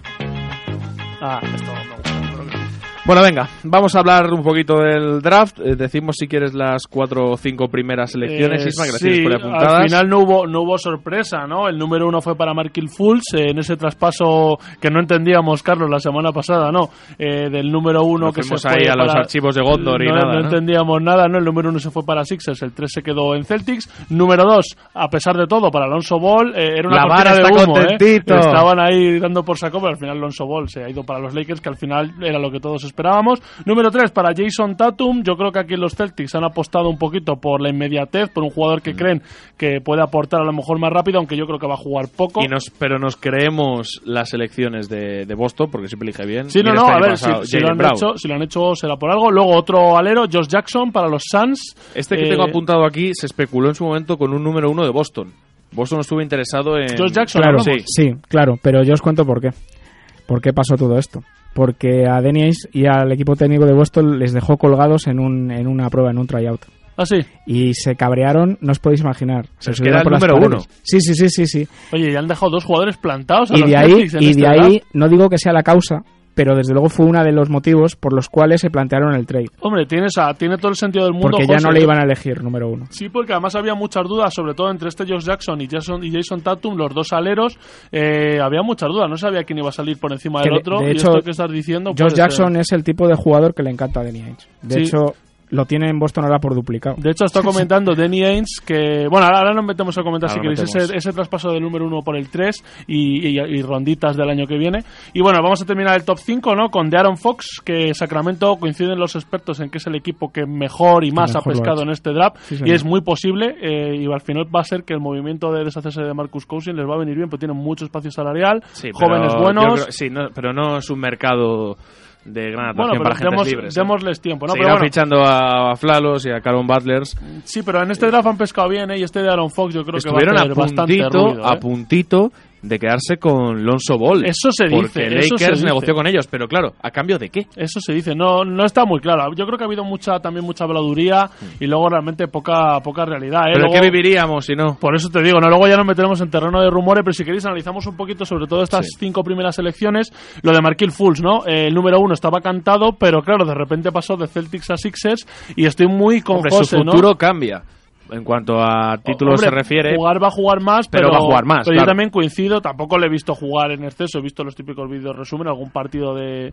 Ah, esto no. Bueno, venga, vamos a hablar un poquito del draft. Eh, decimos si quieres las cuatro o cinco primeras selecciones, Eh, Isma, que las sí, tienes por ahí apuntadas. al final no hubo, no hubo sorpresa, ¿no? El número uno fue para Markelle Fultz, eh, en ese traspaso que no entendíamos, Carlos, la semana pasada, ¿no? Eh, del número uno Nos que fuimos se ahí fue a los para- archivos de Gondor y no, nada, no ¿no? entendíamos nada, ¿no? El número uno se fue para Sixers, el tres se quedó en Celtics. Número dos, a pesar de todo, para Alonso Ball, eh, era una La cortina vara de está humo, ¿eh? contentito. Estaban ahí dando por saco, pero al final Alonso Ball se ha ido para los Lakers, que al final era lo que todos esperábamos. Número tres, para Jason Tatum. Yo creo que aquí los Celtics han apostado un poquito por la inmediatez, por un jugador Mm. que creen que puede aportar a lo mejor más rápido, aunque yo creo que va a jugar poco. Y nos, pero nos creemos las elecciones de, de Boston, porque siempre elige bien. Sí, no, Mira, no, este a año ver, pasado, si, si lo Jaylen han Brown. hecho, si lo han hecho será por algo. Luego otro alero, Josh Jackson para los Suns. Este que Eh, tengo apuntado aquí se especuló en su momento con un número uno de Boston. Boston estuvo interesado en... Josh Jackson, Claro, hablamos. sí, sí, claro, pero yo os cuento por qué. ¿Por qué pasó todo esto? Porque a Danny Ainge y al equipo técnico de Boston les dejó colgados en, un, en una prueba, en un tryout. Ah, sí. Y se cabrearon, no os podéis imaginar. Se Pero es que subieron era el por las número paredes. uno. Sí, sí, sí, sí, sí. Oye, ya han dejado dos jugadores plantados a Y los de ahí, Celtics en y este de ahí draft. no digo que sea la causa, pero desde luego fue uno de los motivos por los cuales se plantearon el trade. Hombre, tienes a, tiene todo el sentido del mundo. Porque ya José. no le iban a elegir número uno. Sí, porque además había muchas dudas, sobre todo entre este Josh Jackson y Jason, y Jason Tatum, los dos aleros. Eh, había muchas dudas, no sabía quién iba a salir por encima Que del de- otro. de y hecho, esto que estás diciendo. Josh puede Jackson ser. es el tipo de jugador que le encanta a Danny Ainge. De Sí. hecho, lo tiene en Boston ahora por duplicado. De hecho, está comentando Danny Ainge que... Bueno, ahora, ahora nos metemos a comentar, Ahora si queréis, metemos. ese, ese traspaso del número uno por el tres y, y, y ronditas del año que viene. Y bueno, vamos a terminar el top cinco, ¿no? Con De'Aaron Fox, que Sacramento, coinciden los expertos en que es el equipo que mejor y más mejor ha lo ha pescado hecho. en este draft. Sí, y señor. es muy posible, eh, y al final va a ser que el movimiento de deshacerse de Marcus Cousins les va a venir bien, porque tienen mucho espacio salarial, Sí, pero jóvenes yo buenos... creo- sí, no, pero no es un mercado de gran atracción Bueno, pero para agentes demos- libres. ¿eh? démosles tiempo, ¿no? Pero Seguirán bueno. fichando a Flalos y a Caron Butlers. Sí, pero en este draft han pescado bien, ¿eh? Y este de Aaron Fox yo creo Estuvieron que va a a hacer bastante puntito, ruido, a ¿eh? puntito de quedarse con Lonzo Ball. Eso se dice, Porque eso se Lakers dice. negoció con ellos, pero claro, ¿a cambio de qué? Eso se dice, no no está muy claro. Yo creo que ha habido mucha también mucha habladuría y luego realmente poca poca realidad. ¿eh? ¿Pero Luego- qué viviríamos si no? Por eso te digo, no luego ya nos meteremos en terreno de rumores, pero si queréis analizamos un poquito sobre todo estas Sí. cinco primeras selecciones. Lo de Markelle Fultz, ¿no? Eh, el número uno estaba cantado, pero claro, de repente pasó de Celtics a Sixers y estoy muy con Hombre, José, su ¿no? futuro cambia. En cuanto a títulos Hombre, se refiere, jugar va a jugar más, pero pero, va a jugar más, Pero claro. yo también coincido, tampoco le he visto jugar en exceso, he visto los típicos vídeos resumen, algún partido de,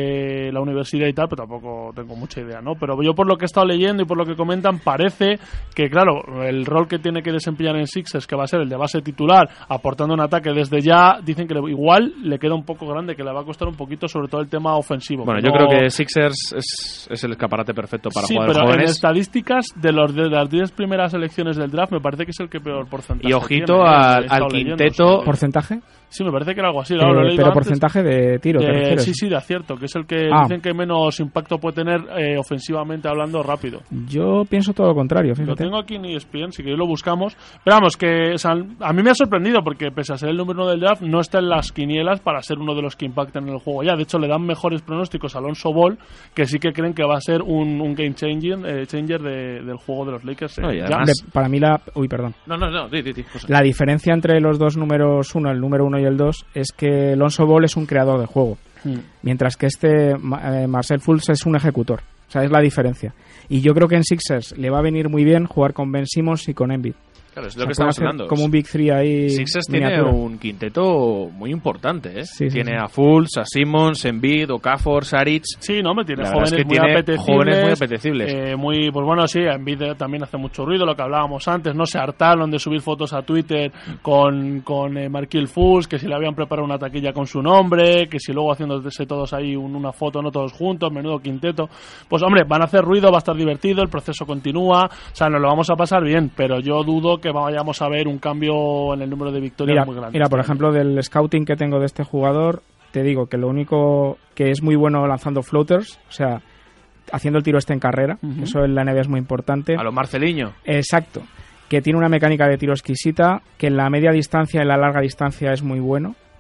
de la universidad y tal, pero tampoco tengo mucha idea, ¿no? Pero yo por lo que he estado leyendo y por lo que comentan, parece que, claro, el rol que tiene que desempeñar en Sixers, que va a ser el de base titular, aportando un ataque desde ya, dicen que le- igual le queda un poco grande, que le va a costar un poquito, sobre todo el tema ofensivo. bueno, que yo no- creo que Sixers es, es el escaparate perfecto para sí, jugadores pero en jóvenes. estadísticas de, los, de las diez primeras selecciones del draft me parece que es el que peor porcentaje Y ojito tiene, ¿eh? al- He estado al leyendo, quinteto- o sea que- ¿Porcentaje? Sí, me parece que era algo así. Claro, lo he Eh, leído pero antes. porcentaje de tiro, ¿te Eh, refieres? sí, sí, de acierto, que es el que Ah. dicen que menos impacto puede tener eh, ofensivamente hablando rápido. Yo pienso todo lo contrario, Lo fíjate. tengo aquí en E S P N, si queréis lo buscamos. Pero vamos, que o sea, a mí me ha sorprendido porque pese a ser el número uno del draft, no está en las quinielas para ser uno de los que impactan en el juego ya. De hecho, le dan mejores pronósticos a Alonso Ball, que sí que creen que va a ser un, un game changer, eh, changer de- del juego de los Lakers. eh, No, y ya. además- De- para mí la... Uy, perdón. No, no, no, di, di, di, José. La diferencia entre los dos números uno, el número uno y el dos, es que Lonzo Ball es un creador de juego, Mm. mientras que este Ma- eh, Marcel Fultz es un ejecutor. O sea, es la diferencia. Y yo creo que en Sixers le va a venir muy bien jugar con Ben Simmons y con Embiid. Claro, es O lo sea, que estamos puede ser hablando. como un Big Three ahí. Sixers tiene miniatura. un quinteto muy importante, ¿eh? Sí, sí, tiene sí. a Fultz, a Simmons, Embiid, Okafor, Saric. Sí, no, me tiene La verdad jóvenes es que muy tiene apetecibles. jóvenes muy apetecibles. eh, muy, pues bueno, sí, Embiid eh, también hace mucho ruido, lo que hablábamos antes, no se hartaron de subir fotos a Twitter con, con eh, Markelle Fultz, que si le habían preparado una taquilla con su nombre, que si luego haciéndose todos ahí un- una foto, no todos juntos, menudo quinteto. Pues hombre, van a hacer ruido, va a estar divertido, el proceso continúa, o sea, nos lo vamos a pasar bien, pero yo dudo que vayamos a ver un cambio en el número de victorias Mira, muy grande. mira, por ejemplo, del scouting que tengo de este jugador, te digo que lo único que es muy bueno lanzando floaters, o sea, haciendo el tiro este en carrera, Ujú. eso en la N B A es muy importante. A lo Marceliño. Exacto. Que tiene una mecánica de tiro exquisita, que en la media distancia y en la larga distancia es muy bueno.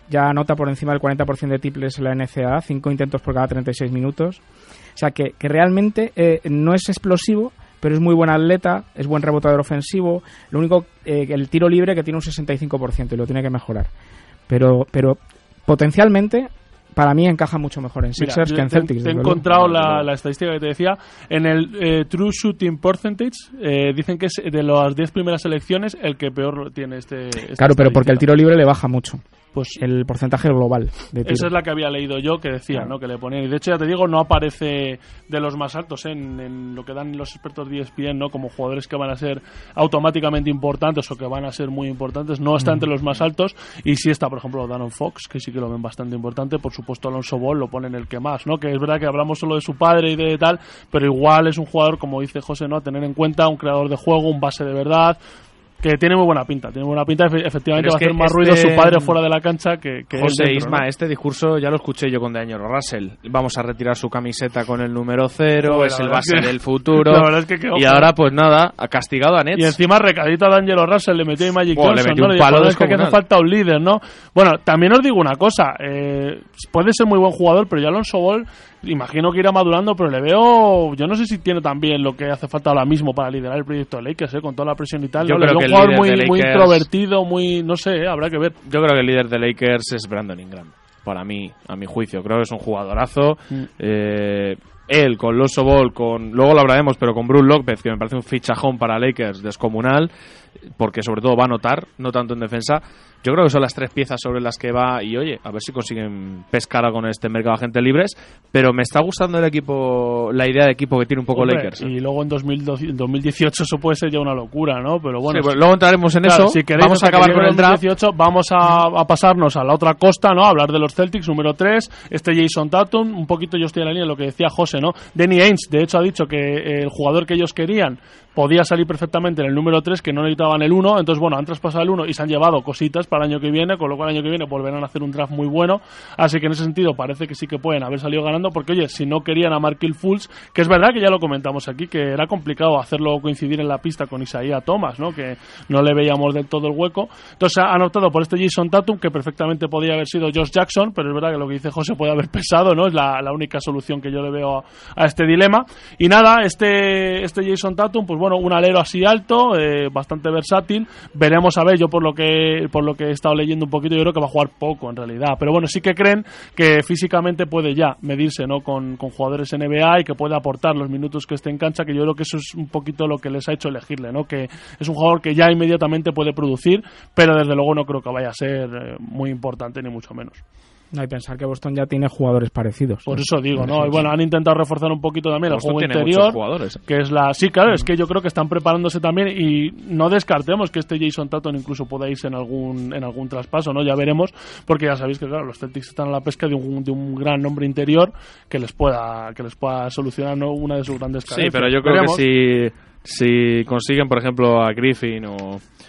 ya anota por encima del cuarenta por ciento de triples en la N C A A, cinco intentos por cada treinta y seis minutos. O sea, que, que realmente eh, no es explosivo, pero es muy buen atleta, es buen rebotador ofensivo. Lo único, eh, el tiro libre que tiene un sesenta y cinco por ciento y lo tiene que mejorar. Pero, pero potencialmente, para mí encaja mucho mejor en Sixers Mira, que en te, Celtics. Te he luego. encontrado la, la estadística que te decía. En el eh, True Shooting Percentage eh, dicen que es de las diez primeras selecciones el que peor tiene este. Claro, pero porque el tiro libre le baja mucho. Pues el porcentaje global de tiro. Esa es la que había leído yo, que decía, claro. ¿no? Que le ponían. Y de hecho, ya te digo, no aparece de los más altos, ¿eh? en, en lo que dan los expertos de E S P N, ¿no? Como jugadores que van a ser automáticamente importantes o que van a ser muy importantes. No está entre los más altos. Y sí está, por ejemplo, Darren Fox, que sí que lo ven bastante importante. Por supuesto, Alonso Ball lo ponen el que más, ¿no? Que es verdad que hablamos solo de su padre y de tal, pero igual es un jugador, como dice José, ¿no? A tener en cuenta, un creador de juego, un base de verdad, que tiene muy buena pinta, tiene buena pinta, efectivamente va a hacer más este... ruido su padre fuera de la cancha que, que José él dentro, Isma, ¿no? Este discurso ya lo escuché yo con De Año Russell. Vamos a retirar su camiseta con el número cero, Bueno, es el la verdad base es que- del futuro. la verdad es que qué ojo. Y ahora, pues nada, ha castigado a Nets. Y encima recadito a D'Angelo Russell, le metió a Magic Oh, le Johnson, metió ¿no? un Le dijo, palo "No, es que aquí hace descomunal". falta un líder, ¿no? Bueno, también os digo una cosa, eh, puede ser muy buen jugador, pero ya Alonso Ball, imagino que irá madurando, pero le veo, yo no sé si tiene también lo que hace falta ahora mismo para liderar el proyecto de Lakers, ¿eh? Con toda la presión y tal. Yo ¿no? Le creo veo que un el jugador líder muy, de muy Lakers- introvertido, muy, no sé, ¿eh? Habrá que ver. Yo creo que el líder de Lakers es Brandon Ingram. Para mí, a mi juicio. Creo que es un jugadorazo. Mm. Eh, él, con Lonzo Ball, con, luego lo hablaremos, pero con Brook López, que me parece un fichajón para Lakers descomunal, porque sobre todo va a anotar, no tanto en defensa. Yo creo que son las tres piezas sobre las que va y, oye, a ver si consiguen pescar algo en este mercado de agentes libres, pero me está gustando el equipo, la idea de equipo que tiene un poco Hombre, Lakers. ¿eh? Y luego en dos mil doce, dos mil dieciocho eso puede ser ya una locura, ¿no? Pero bueno, Sí, pues luego entraremos en claro, eso. si queréis, Vamos a hasta acabar que con llegue el draft. dos mil dieciocho, vamos a, a pasarnos a la otra costa, ¿no? A hablar de los Celtics, número tres, este Jason Tatum, un poquito yo estoy en la línea de lo que decía José, ¿no? Danny Ainge, de hecho, ha dicho que el jugador que ellos querían podía salir perfectamente en el número tres, que no necesitaban el uno, entonces bueno, han traspasado el uno y se han llevado cositas para el año que viene, con lo cual el año que viene volverán a hacer un draft muy bueno, así que en ese sentido parece que sí que pueden haber salido ganando, porque oye, si no querían a Markelle Fultz, que es verdad que ya lo comentamos aquí, que era complicado hacerlo coincidir en la pista con Isaiah Thomas, ¿no? Que no le veíamos del todo el hueco, entonces han optado por este Jason Tatum, que perfectamente podía haber sido Josh Jackson, pero es verdad que lo que dice José puede haber pesado, ¿no? Es la, la única solución que yo le veo a, a este dilema, y nada, este, este Jason Tatum, pues bueno, un alero así alto, eh, bastante versátil, veremos a ver, yo por lo que por lo que he estado leyendo un poquito, yo creo que va a jugar poco en realidad, pero bueno, sí que creen que físicamente puede ya medirse, ¿no? con, con jugadores N B A y que puede aportar los minutos que esté en cancha, que yo creo que eso es un poquito lo que les ha hecho elegirle, ¿no? Que es un jugador que ya inmediatamente puede producir, pero desde luego no creo que vaya a ser eh, muy importante ni mucho menos. No, y pensar que Boston ya tiene jugadores parecidos. Por eso digo, ¿no? Y bueno, han intentado reforzar un poquito también Boston el juego tiene interior, muchos jugadores. que es la... Sí, claro, es que yo creo que están preparándose también y no descartemos que este Jason Tatum incluso pueda irse en algún en algún traspaso, ¿no? Ya veremos, porque ya sabéis que, claro, los Celtics están a la pesca de un, de un gran nombre interior que les pueda que les pueda solucionar, ¿no? Una de sus grandes carencias. Sí, pero yo creo Veremos. que si, si consiguen, por ejemplo, a Griffin o...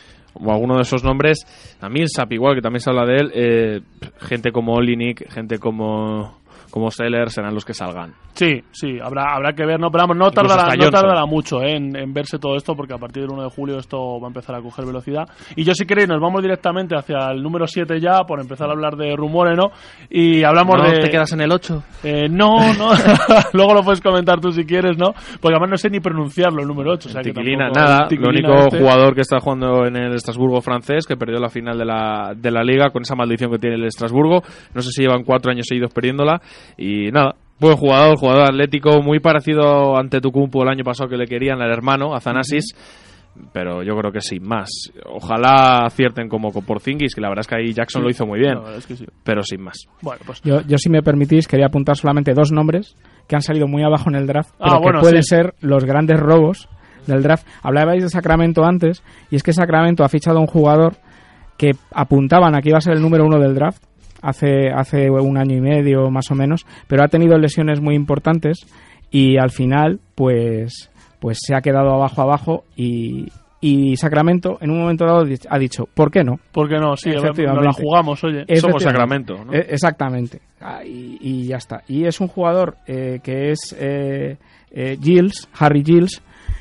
o alguno de esos nombres, a Millsap igual, que también se habla de él, eh, gente como Olynyk, gente como como Sellers serán los que salgan. Sí, sí, habrá habrá que ver, no, pero vamos, no Incluso tardará, hasta no Johnson. tardará mucho eh, en, en verse todo esto, porque a partir del uno de julio esto va a empezar a coger velocidad. Y yo, si queréis, nos vamos directamente hacia el número siete ya, por empezar a hablar de rumores, ¿no? Y hablamos ¿No de... te quedas en el ocho? Eh, no, no, luego lo puedes comentar tú si quieres, ¿no? Porque además no sé ni pronunciarlo, el número ocho. O sea, que Tiquilina, tampoco- nada, el lo Tiquilina único este. jugador que está jugando en el Estrasburgo francés, que perdió la final de la, de la Liga con esa maldición que tiene el Estrasburgo, no sé si llevan cuatro años seguidos perdiéndola, y nada, buen jugador, jugador atlético, muy parecido ante Antetokounmpo el año pasado, que le querían, el hermano, Athanasis, pero yo creo que sin más. Ojalá acierten como con Porzingis, que la verdad es que ahí Jackson Sí, lo hizo muy bien, la verdad es que sí. pero sin más. Bueno, pues Yo, yo, si me permitís, quería apuntar solamente dos nombres que han salido muy abajo en el draft, Ah, pero bueno, que pueden sí. ser los grandes robos del draft. Hablabais de Sacramento antes, y es que Sacramento ha fichado a un jugador que apuntaban a que iba a ser el número uno del draft hace, hace un año y medio más o menos, pero ha tenido lesiones muy importantes y al final pues, pues se ha quedado abajo abajo y... Y Sacramento en un momento dado ha dicho, ¿por qué no? ¿por qué no? Sí, Efectivamente. nos la jugamos, oye. Somos Efectivamente. Sacramento, ¿no? Eh, exactamente. Ah, y, y ya está. Y es un jugador eh, que es eh, eh, Giles, Harry Giles,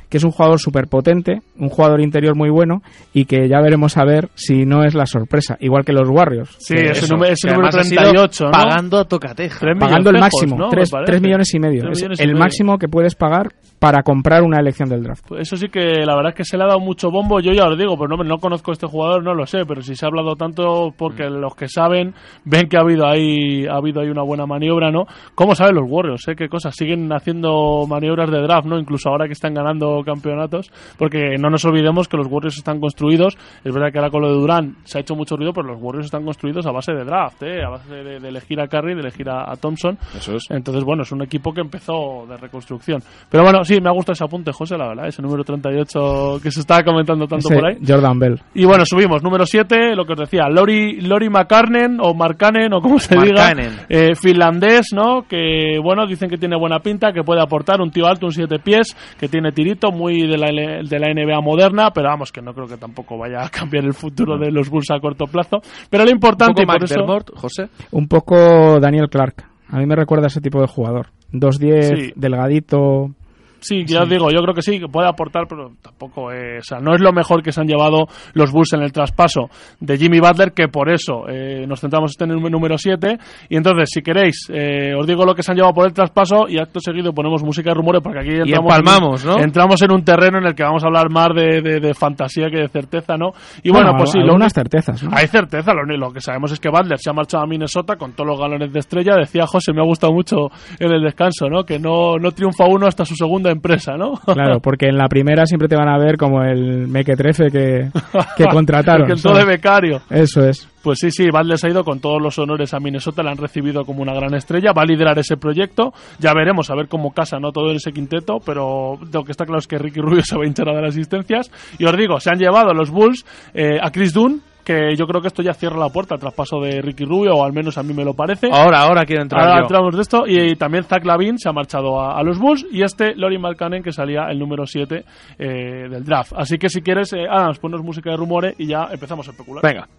que es un jugador súper potente, un jugador interior muy bueno y que ya veremos a ver si no es la sorpresa, igual que los Warriors. Sí, ese eso, número, ese número treinta y ocho, ¿no? Pagando a tocateja. Pagando el máximo, ¿no? tres millones y medio. Es el medio. máximo que puedes pagar para comprar una elección del draft. Pues eso sí que la verdad es que se le ha dado mucho bombo. Yo ya os digo, pero no, no conozco a este jugador, no lo sé, pero si se ha hablado tanto porque mm. los que saben ven que ha habido ahí ha habido ahí una buena maniobra, ¿no? ¿Cómo saben los Warriors? ¿Eh? ¿Qué cosas? Siguen haciendo maniobras de draft, ¿no? Incluso ahora que están ganando campeonatos, porque no nos olvidemos que los Warriors están construidos. Es verdad que ahora con lo de Durant se ha hecho mucho ruido, pero los Warriors están construidos a base de draft, ¿eh? A base de, de elegir a Curry, de elegir a, a Thompson. Eso es. Entonces, bueno, es un equipo que empezó de reconstrucción. Pero bueno, sí, me ha gustado ese apunte, José, la verdad, ese número treinta y ocho que se estaba comentando tanto ese por ahí. Jordan Bell. Y bueno, subimos, número siete, lo que os decía, Lori, Lori McCarnen, o Markkanen, o como se Markkanen. diga, eh, finlandés, ¿no? Que, bueno, dicen que tiene buena pinta, que puede aportar, un tío alto, un siete pies, que tiene tirito, muy de la, de la N B A moderna, pero vamos, que no creo que tampoco vaya a cambiar el futuro de los Bulls a corto plazo. Pero lo importante, un poco y por McDermott, eso... José. Un poco Daniel Clark. A mí me recuerda a ese tipo de jugador. dos diez, Sí. delgadito... Sí, ya os digo, yo creo que sí, que puede aportar, pero tampoco es, o sea, no es lo mejor que se han llevado los Bulls en el traspaso de Jimmy Butler, que por eso eh, nos centramos en el número siete. Y entonces, si queréis, eh, os digo lo que se han llevado por el traspaso y acto seguido ponemos música de rumores, porque aquí entramos, y empalmamos, en, ¿no? entramos en un terreno en el que vamos a hablar más de, de, de fantasía que de certeza, ¿no? Y bueno, bueno pues sí, algunas lo, certezas, ¿no? Hay certeza, lo, lo que sabemos es que Butler se ha marchado a Minnesota con todos los galones de estrella. Decía José, me ha gustado mucho en el descanso, ¿no? Que no, no triunfa uno hasta su segunda empresa, ¿no? Claro, porque en la primera siempre te van a ver como el mequetrefe que, que contrataron. Que entró de becario. Eso es. Pues sí, sí, Butler se ha ido con todos los honores a Minnesota, la han recibido como una gran estrella, va a liderar ese proyecto, ya veremos a ver cómo casa no todo ese quinteto, pero lo que está claro es que Ricky Rubio se va a hinchar a dar asistencias. Y os digo, se han llevado los Bulls eh, a Chris Dunn, que yo creo que esto ya cierra la puerta al traspaso de Ricky Rubio, o al menos a mí me lo parece. Ahora, ahora quiero entrar Ahora yo. entramos de esto, y, y también Zach LaVine se ha marchado a, a los Bulls, y este Lori Markkanen, que salía el número siete eh, del draft. Así que si quieres, eh, Adams, ponnos música de rumores y ya empezamos a especular. Venga.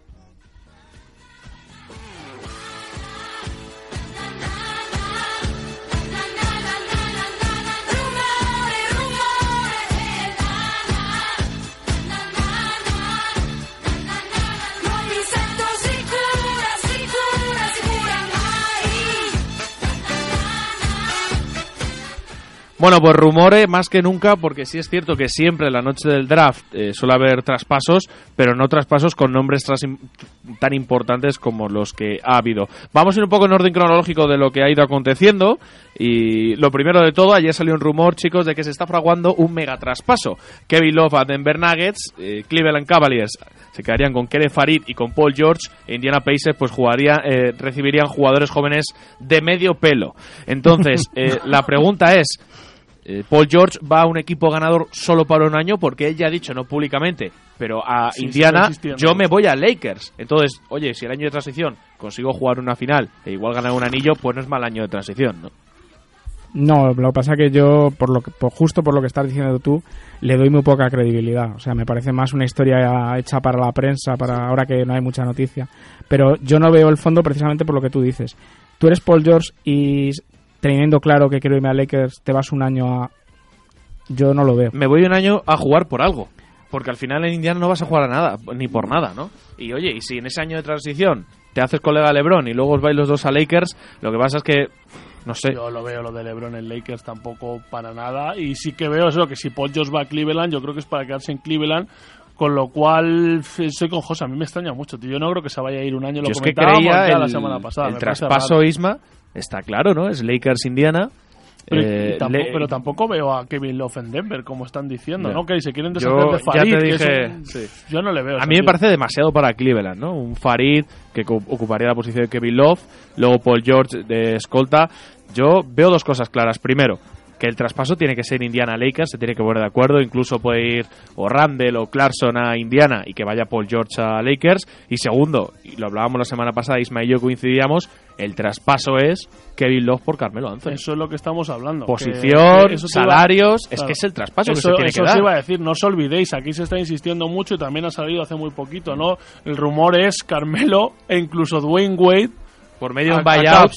Bueno, pues rumores más que nunca, porque sí es cierto que siempre en la noche del draft eh, suele haber traspasos, pero no traspasos con nombres tras tan importantes como los que ha habido. Vamos a ir un poco en orden cronológico de lo que ha ido aconteciendo, y lo primero de todo, ayer salió un rumor, chicos, de que se está fraguando un mega traspaso. Kevin Love a Denver Nuggets, eh, Cleveland Cavaliers se quedarían con Kere Farid y con Paul George, e Indiana Pacers pues jugaría, eh, recibirían jugadores jóvenes de medio pelo. Entonces, eh, la pregunta es, Eh, Paul George va a un equipo ganador solo para un año, porque él ya ha dicho, no públicamente, pero a sí, Indiana, yo me voy a Lakers. Entonces, oye, si el año de transición consigo jugar una final e igual ganar un anillo, pues no es mal año de transición, ¿no? No, lo que pasa es que yo, por lo que, por, justo por lo que estás diciendo tú, le doy muy poca credibilidad. O sea, me parece más una historia hecha para la prensa, para ahora que no hay mucha noticia. Pero yo no veo el fondo precisamente por lo que tú dices. Tú eres Paul George y, teniendo claro que quiero irme a Lakers, te vas un año a... Yo no lo veo. Me voy un año a jugar por algo, porque al final en Indiana no vas a jugar a nada, ni por nada, ¿no? Y oye, y si en ese año de transición te haces colega LeBron y luego os vais los dos a Lakers, lo que pasa es que, no sé. Yo lo veo, lo de LeBron en Lakers tampoco para nada, y sí que veo eso, que si Paul George va a Cleveland, yo creo que es para quedarse en Cleveland. Con lo cual, soy con José, a mí me extraña mucho, tío. Yo no creo que se vaya a ir un año, lo yo es que comentábamos creía ya el, la semana pasada. El traspaso Isma, está claro, ¿no? Es Lakers-Indiana. Pero, eh, tampoco, le... pero tampoco veo a Kevin Love en Denver, como están diciendo, no. ¿no? Que se quieren deshacer yo, de Farid. Ya te dije, un... sí. Yo no le veo. A mí me parece demasiado para Cleveland, ¿no? Un Farid que ocuparía la posición de Kevin Love, luego Paul George de escolta. Yo veo dos cosas claras. Primero, que el traspaso tiene que ser Indiana-Lakers, se tiene que poner de acuerdo, incluso puede ir o Randle o Clarkson a Indiana y que vaya Paul George a Lakers. Y segundo, y lo hablábamos la semana pasada, Isma y yo coincidíamos, el traspaso es Kevin Love por Carmelo Anthony. Eso es lo que estamos hablando. Posición, que, que salarios, iba, es claro, que es el traspaso eso, que se tiene eso que dar. Eso os iba a decir, no os olvidéis, aquí se está insistiendo mucho y también ha salido hace muy poquito, ¿no? El rumor es Carmelo e incluso Dwayne Wade por medio de un buyout.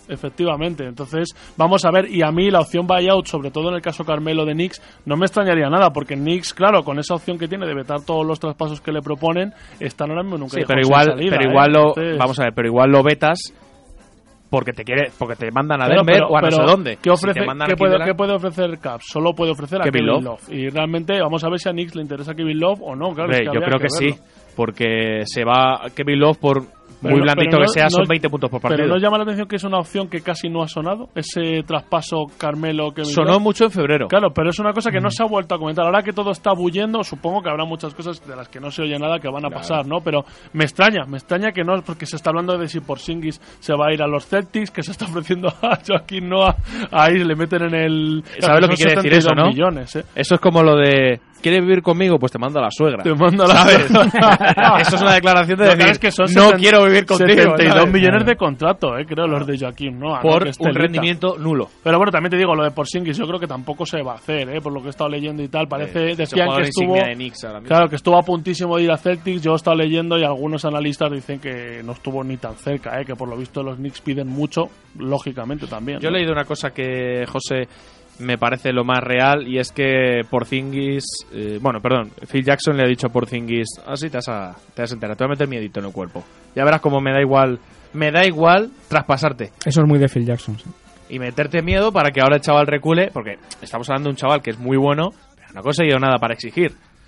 Efectivamente, entonces vamos a ver, y a mí la opción buyout, sobre todo en el caso Carmelo de Knicks, no me extrañaría nada, porque Knicks, claro, con esa opción que tiene de vetar todos los traspasos que le proponen, están ahora mismo nunca. Sí, pero igual, salida, pero igual ¿eh? lo, entonces... vamos a ver, pero igual lo vetas porque te quiere, porque te mandan a Denver pero, pero, o a no sé dónde. ¿Qué, ofrece, si ¿qué, puede, ¿Qué puede ofrecer Caps? Solo puede ofrecer a Kevin, Kevin Love. Love. Y realmente vamos a ver si a Knicks le interesa Kevin Love o no. Claro, Hombre, es que yo creo que, que verlo. sí, porque se va Kevin Love por muy no, blandito no, que sea, no, son veinte puntos por partido. Pero ¿no llama la atención que es una opción que casi no ha sonado? Ese traspaso Carmelo-Kevin Sonó Love. mucho en febrero. Claro, pero es una cosa que no se ha vuelto a comentar. Ahora que todo está bullendo, supongo que habrá muchas cosas de las que no se oye nada que van a claro. pasar, ¿no? Pero me extraña, me extraña que no, porque se está hablando de si Porzingis se va a ir a los Celtics, que se está ofreciendo a Joaquín Noah, ahí le meten en el... ¿Sabes lo que quiere decir eso, no? Millones, ¿eh? Eso es como lo de... ¿Quieres vivir conmigo? Pues te mando a la suegra. Te mando a la ¿sabes? Eso es una declaración de no, decir, es que son no quiero vivir contigo. setenta y dos millones de contrato, eh, creo, los de Joaquín Noah. Por ¿no? un rendimiento nulo. Pero bueno, también te digo, lo de Porzingis yo creo que tampoco se va a hacer, eh, por lo que he estado leyendo y tal. Parece, eh, decían que estuvo... De Knicks ahora mismo. Claro, que estuvo a puntísimo de ir a Celtics. Yo he estado leyendo y algunos analistas dicen que no estuvo ni tan cerca, eh, que por lo visto los Knicks piden mucho, lógicamente también. Yo ¿no? he leído una cosa que, José... me parece lo más real, y es que Porzingis, eh, bueno, perdón, Phil Jackson le ha dicho a Porzingis, así ah, te vas a, te vas a enterar, te voy a meter miedito en el cuerpo. Ya verás como me da igual, me da igual traspasarte. Eso es muy de Phil Jackson, sí. Y meterte miedo para que ahora el chaval recule, porque estamos hablando de un chaval que es muy bueno, pero no ha conseguido nada para exigir.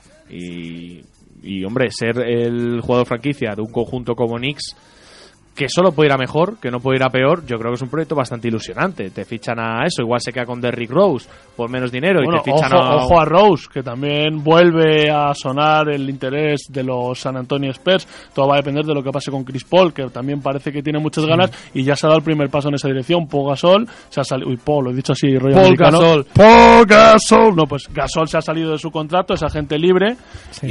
Y, y hombre, ser el jugador franquicia de un conjunto como Knicks, que solo puede ir a mejor, que no puede ir a peor, yo creo que es un proyecto bastante ilusionante. Te fichan a eso, igual se queda con Derrick Rose por menos dinero bueno, y te fichan ojo, a... ojo a Rose, que también vuelve a sonar el interés de los San Antonio Spurs. Todo va a depender de lo que pase con Chris Paul, que también parece que tiene muchas ganas, sí. Y ya se ha dado el primer paso en esa dirección. Paul Gasol se ha salido... Uy, Paul, lo he dicho así, rollo Paul americano. Gasol. Paul Gasol. No, pues Gasol se ha salido de su contrato, es agente libre, sí.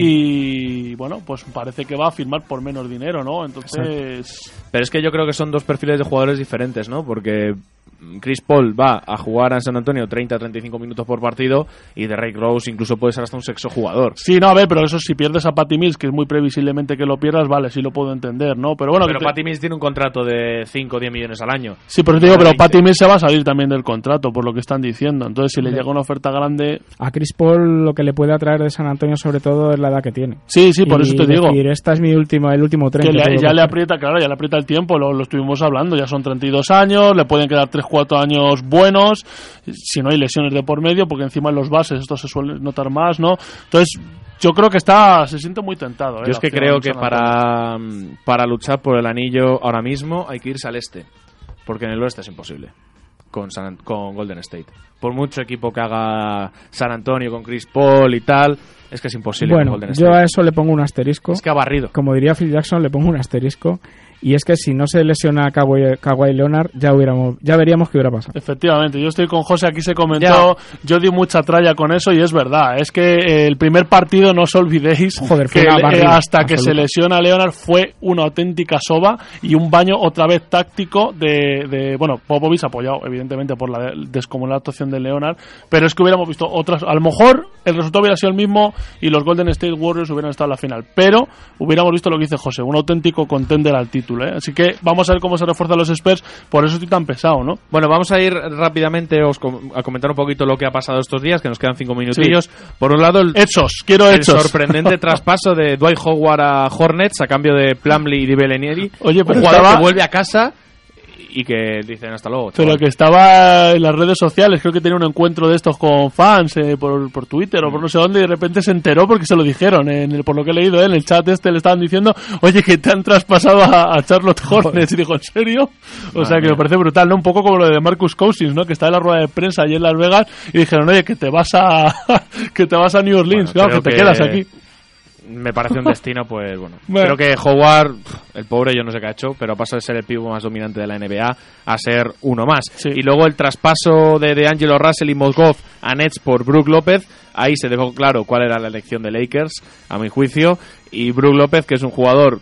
Y bueno, pues parece que va a firmar por menos dinero, ¿no? Entonces... Sí. Pero es que yo creo que son dos perfiles de jugadores diferentes, ¿no? Porque Chris Paul va a jugar en San Antonio treinta a treinta y cinco minutos por partido, y Derrick Rose incluso puede ser hasta un sexto jugador. Sí, no, a ver, pero eso si pierdes a Patty Mills, que es muy previsiblemente que lo pierdas, vale, sí lo puedo entender, ¿no? Pero bueno, pero te... Patty Mills tiene un contrato de cinco o diez millones al año. Sí, pero te digo, pero Patty Mills se va a salir también del contrato, por lo que están diciendo. Entonces, si le llega una oferta grande... A Chris Paul lo que le puede atraer de San Antonio sobre todo es la edad que tiene. Sí, sí, por y eso te decir, digo. Esta es mi última, el último tren. Que le, ya le aprieta, claro, ya le aprieta el tiempo, lo, lo estuvimos hablando, ya son treinta y dos años, le pueden quedar tres cuatro años buenos, si no hay lesiones de por medio, porque encima en los bases esto se suele notar más, ¿no? Entonces, yo creo que está se siente muy tentado. ¿eh? Yo es que creo que para, para luchar por el anillo ahora mismo hay que irse al este, porque en el oeste es imposible con, San, con Golden State. Por mucho equipo que haga San Antonio con Chris Paul y tal, es que es imposible. Bueno, con Golden State. Yo a eso le pongo un asterisco. Es que ha barrido. Como diría Phil Jackson, le pongo un asterisco. Y es que si no se lesiona a Kawhi, Kawhi Leonard, ya hubiéramos, ya veríamos qué hubiera pasado. Efectivamente, yo estoy con José, aquí se comentó, ya. Yo di mucha tralla con eso y es verdad. Es que el primer partido, no os olvidéis, Joder, que le, hasta que se lesiona a Leonard fue una auténtica soba y un baño otra vez táctico de, de bueno, Popovich apoyado evidentemente por la descomunal actuación de Leonard, pero es que hubiéramos visto otras, a lo mejor el resultado hubiera sido el mismo y los Golden State Warriors hubieran estado en la final, pero hubiéramos visto lo que dice José, un auténtico contender al título. ¿eh? Así que vamos a ver cómo se refuerzan los Spurs, por eso estoy tan pesado, ¿no? Bueno, vamos a ir rápidamente os com- a comentar un poquito lo que ha pasado estos días, que nos quedan cinco minutillos. Sí. Por un lado, el, hechos, quiero el hechos. sorprendente traspaso de Dwight Howard a Hornets a cambio de Plumlee y de Bellinelli. Oye, pero un jugador estaba... que vuelve a casa y que dicen hasta luego, chaval. Pero que estaba en las redes sociales, creo que tenía un encuentro de estos con fans eh, por, por Twitter o por no sé dónde, y de repente se enteró porque se lo dijeron, en el, por lo que he leído, eh, en el chat este le estaban diciendo, oye, que te han traspasado a, a Charlotte Hornets, y dijo, ¿en serio? O Madre sea, que mía. Me parece brutal, ¿no? Un poco como lo de Marcus Cousins, ¿no? Que está en la rueda de prensa allí en Las Vegas y dijeron, oye, que te vas a que te vas a New Orleans, bueno, claro, que te que... quedas aquí. Me parece un destino, pues bueno. bueno. Creo que Howard, el pobre, yo no sé qué ha hecho, pero pasa de ser el pívot más dominante de la N B A a ser uno más. Sí. Y luego el traspaso de DeAngelo Russell y Mozgov a Nets por Brook López. Ahí se dejó claro cuál era la elección de Lakers, a mi juicio. Y Brook López, que es un jugador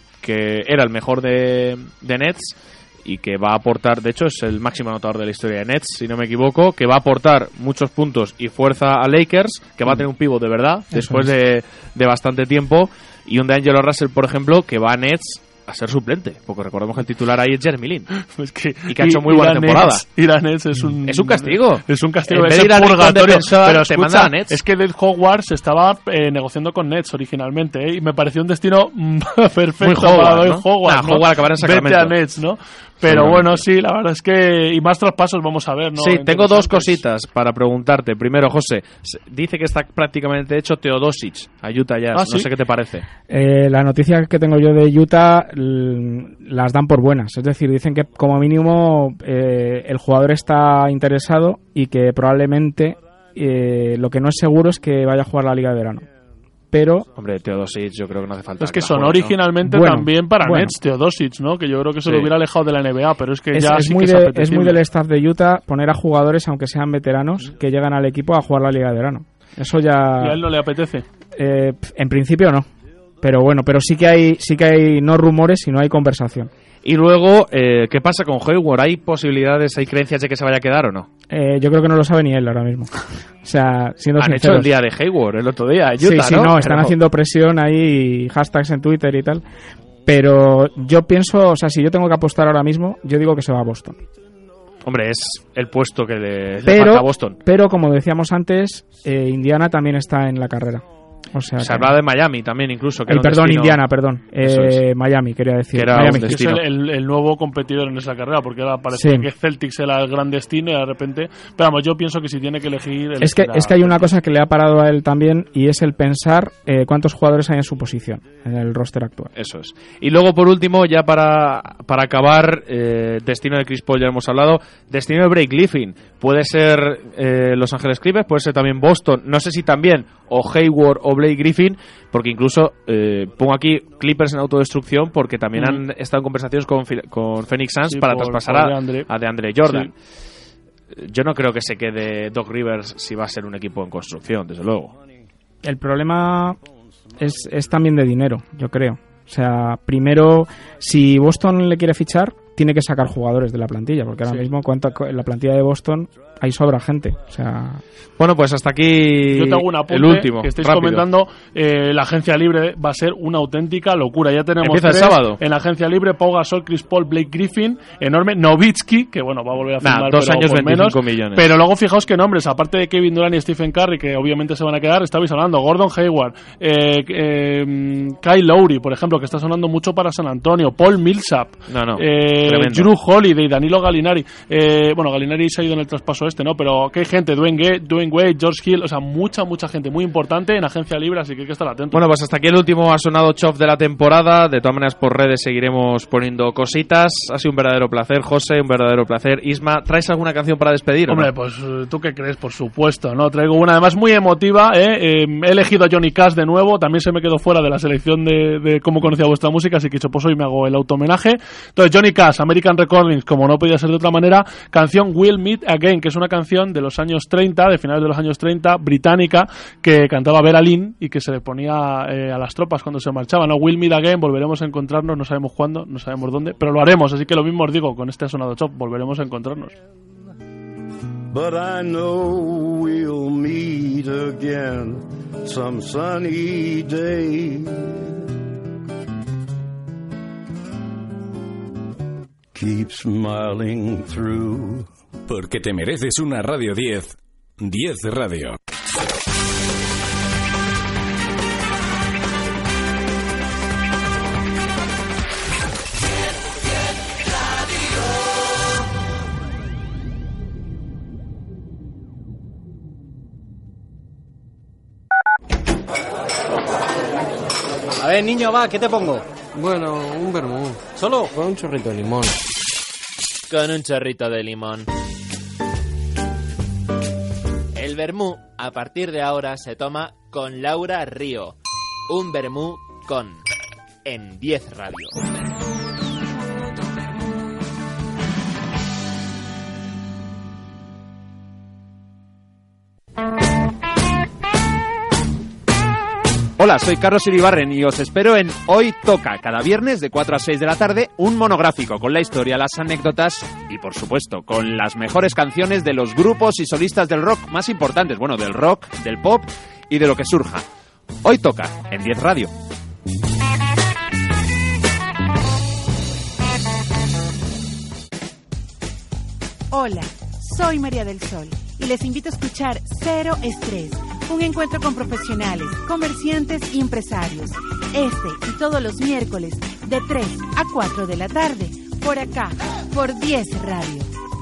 que era el mejor de, de Nets y que va a aportar, de hecho es el máximo anotador de la historia de Nets, si no me equivoco, que va a aportar muchos puntos y fuerza a Lakers, que va a tener un pívot de verdad, Eso después es. de, de bastante tiempo, y un DeAngelo Russell, por ejemplo, que va a Nets a ser suplente, porque recordemos que el titular ahí es Jeremy Lin, pues que, y que ha hecho muy buena temporada. Ir a Nets es un, es un castigo. Es un castigo, en es vez de ir purgatorio. Defensor, pero te escucha, manda a Nets. Es que Dave Hogwarts estaba eh, negociando con Nets originalmente, ¿eh? Y me pareció un destino perfecto muy Howard, para Dave ¿no? Hogwarts. Nah, ¿no? Howard acabará en Sacramento. Vete a Nets, ¿no? Pero bueno, sí, la verdad es que... Y más traspasos vamos a ver, ¿no? Sí, tengo dos cositas para preguntarte. Primero, José, dice que está prácticamente hecho Teodosic a Utah Jazz. ¿Ah, no sí? sé qué te parece. Eh, la noticia que tengo yo de Utah l- las dan por buenas. Es decir, dicen que como mínimo eh, el jugador está interesado y que probablemente eh, lo que no es seguro es que vaya a jugar la Liga de Verano. Pero... Hombre, Teodosic yo creo que no hace falta. Es que la sonó juegue, originalmente ¿no? Bueno, también para bueno. Nets, Teodosic, ¿no? Que yo creo que se Sí. lo hubiera alejado de la N B A, pero es que Es, ya es sí muy que de- es es apetecible. muy del staff de Utah poner a jugadores, aunque sean veteranos, que llegan al equipo a jugar la Liga de Verano. Eso ya... ¿Y a él no le apetece? Eh, en principio no. Pero bueno, pero sí que hay, sí que hay no rumores, sino hay conversación. Y luego, eh, ¿qué pasa con Hayward? ¿Hay posibilidades, hay creencias de que se vaya a quedar o no? Eh, yo creo que no lo sabe ni él ahora mismo. O sea, siendo Han sinceros. hecho el día de Hayward el otro día, en Utah, sí, sí, ¿no? no, están Pero- haciendo presión ahí, hashtags en Twitter y tal. Pero yo pienso, o sea, si yo tengo que apostar ahora mismo, yo digo que se va a Boston. Hombre, es el puesto que le, le Pero, falta a Boston. pero como decíamos antes, eh, Indiana también está en la carrera. O sea, Se que- hablaba de Miami también, incluso. Que Ay, era un perdón, destino- Indiana, perdón. Eso Eh, es. Miami, quería decir. Que era Miami. un Que es destino. el, el- el nuevo competidor en esa carrera, porque ahora parecía Sí. que Celtics era el gran destino y de repente... Pero vamos, yo pienso que si tiene que elegir... Es que, elegirá- es que hay una cosa que le ha parado a él también y es el pensar eh, cuántos jugadores hay en su posición en el roster actual. Eso es. Y luego, por último, ya para, para acabar, eh, destino de Chris Paul ya hemos hablado, destino de Blake Griffin. Puede ser eh, Los Ángeles Clippers, puede ser también Boston, no sé si también o Hayward o Blake Griffin, porque incluso eh, pongo aquí Clippers en autodestrucción porque también Mm. han estado en conversaciones con, Fi- con Phoenix Suns Sí, para por- traspasar por a, DeAndre. a DeAndre Jordan. Yo no creo que se quede Doc Rivers si va a ser un equipo en construcción, desde luego. El problema es, es también de dinero, yo creo. O sea, primero, si Boston le quiere fichar, tiene que sacar jugadores de la plantilla, porque ahora Sí. mismo cuánta, en la plantilla de Boston hay sobra gente. O sea, Bueno, pues hasta aquí Yo te hago un apunte el último. que estáis rápido. comentando. Eh, la agencia libre va a ser una auténtica locura. Ya tenemos Empieza el tres sábado. en la agencia libre: Pau Gasol, Chris Paul, Blake Griffin, enorme, Nowitzki, que bueno, va a volver a Nah, firmar, dos pero años, por veinticinco menos. millones. Pero luego fijaos qué nombres, aparte de Kevin Durant y Stephen Curry, que obviamente se van a quedar, estabais hablando Gordon Hayward, eh, eh, Kyle Lowry, por ejemplo, que está sonando mucho para San Antonio, Paul Millsap, No, no, eh, tremendo. Jrue Holiday, Danilo Gallinari. Eh, bueno, Gallinari se ha ido en el traspaso este, ¿no? Pero que hay gente, Dwayne Wade, Dwayne Wade, George Hill, o sea, mucha, mucha gente muy importante en agencia libre, así que hay que estar atentos. Bueno, pues hasta aquí el último ha sonado Chof de la temporada. De todas maneras, por redes seguiremos poniendo cositas. Ha sido un verdadero placer, José, un verdadero placer. Isma, ¿traes alguna canción para despedir? Hombre, o no? pues eh, tú qué crees, por supuesto, ¿no? Traigo una además muy emotiva, ¿eh? Eh, he elegido a Johnny Cash de nuevo, también se me quedó fuera de la selección de, de cómo conocía vuestra música, así que dicho, pues hoy me hago el auto-homenaje. Entonces, Johnny Cash, American Recordings, como no podía ser de otra manera, canción We'll Meet Again, que es una canción de los años treinta, de finales de los años treinta, británica, que cantaba Vera Lynn y que se le ponía eh, a las tropas cuando se marchaban, ¿no? We'll Meet Again, volveremos a encontrarnos, no sabemos cuándo, no sabemos dónde, pero lo haremos, así que lo mismo os digo, con este ha sonado Chop, volveremos a encontrarnos. But I know we'll meet again some sunny day. Keep smiling through. Porque te mereces una Radio diez. diez Radio. A ver, niño, va, ¿qué te pongo? Bueno, un vermú. ¿Solo? Con un chorrito de limón. Con un chorrito de limón. El vermú, a partir de ahora, se toma con Laura Río. Un vermú con... En diez Radio. Hola, soy Carlos Iribarren y os espero en Hoy Toca, cada viernes de cuatro a seis de la tarde, un monográfico con la historia, las anécdotas y, por supuesto, con las mejores canciones de los grupos y solistas del rock más importantes, bueno, del rock, del pop y de lo que surja. Hoy Toca, en diez Radio. Hola, soy María del Sol y les invito a escuchar Cero Estrés, un encuentro con profesionales, comerciantes y empresarios. Este y todos los miércoles de tres a cuatro de la tarde, por acá, por diez Radio.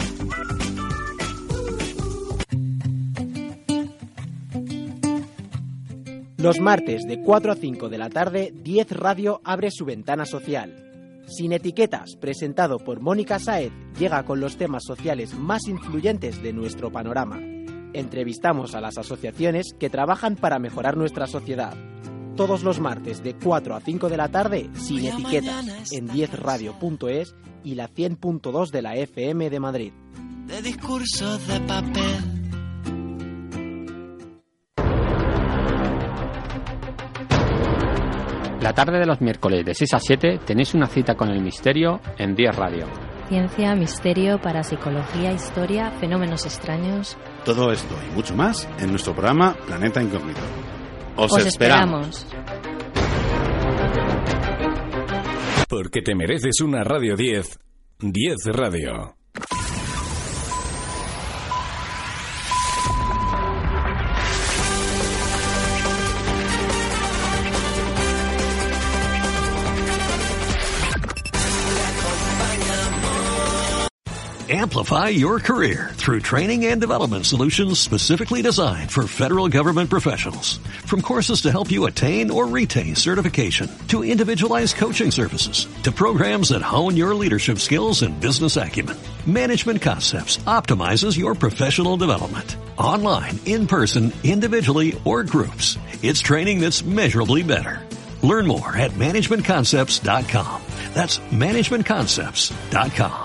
Los martes de cuatro a cinco de la tarde, diez Radio abre su ventana social. Sin etiquetas, presentado por Mónica Sáez, llega con los temas sociales más influyentes de nuestro panorama. Entrevistamos a las asociaciones que trabajan para mejorar nuestra sociedad. Todos los martes de cuatro a cinco de la tarde, sin etiquetas, en diez radio punto es y la cien punto dos de la F M de Madrid. De discursos de papel. La tarde de los miércoles de seis a siete tenéis una cita con el misterio en diez Radio. Ciencia, misterio, parapsicología, historia, fenómenos extraños. Todo esto y mucho más en nuestro programa Planeta Incógnito. Os, Os esperamos. esperamos. Porque te mereces una Radio diez. diez Radio. Amplify your career through training and development solutions specifically designed for federal government professionals. From courses to help you attain or retain certification, to individualized coaching services, to programs that hone your leadership skills and business acumen, Management Concepts optimizes your professional development. Online, in person, individually, or groups, it's training that's measurably better. Learn more at management concepts dot com. That's management concepts dot com.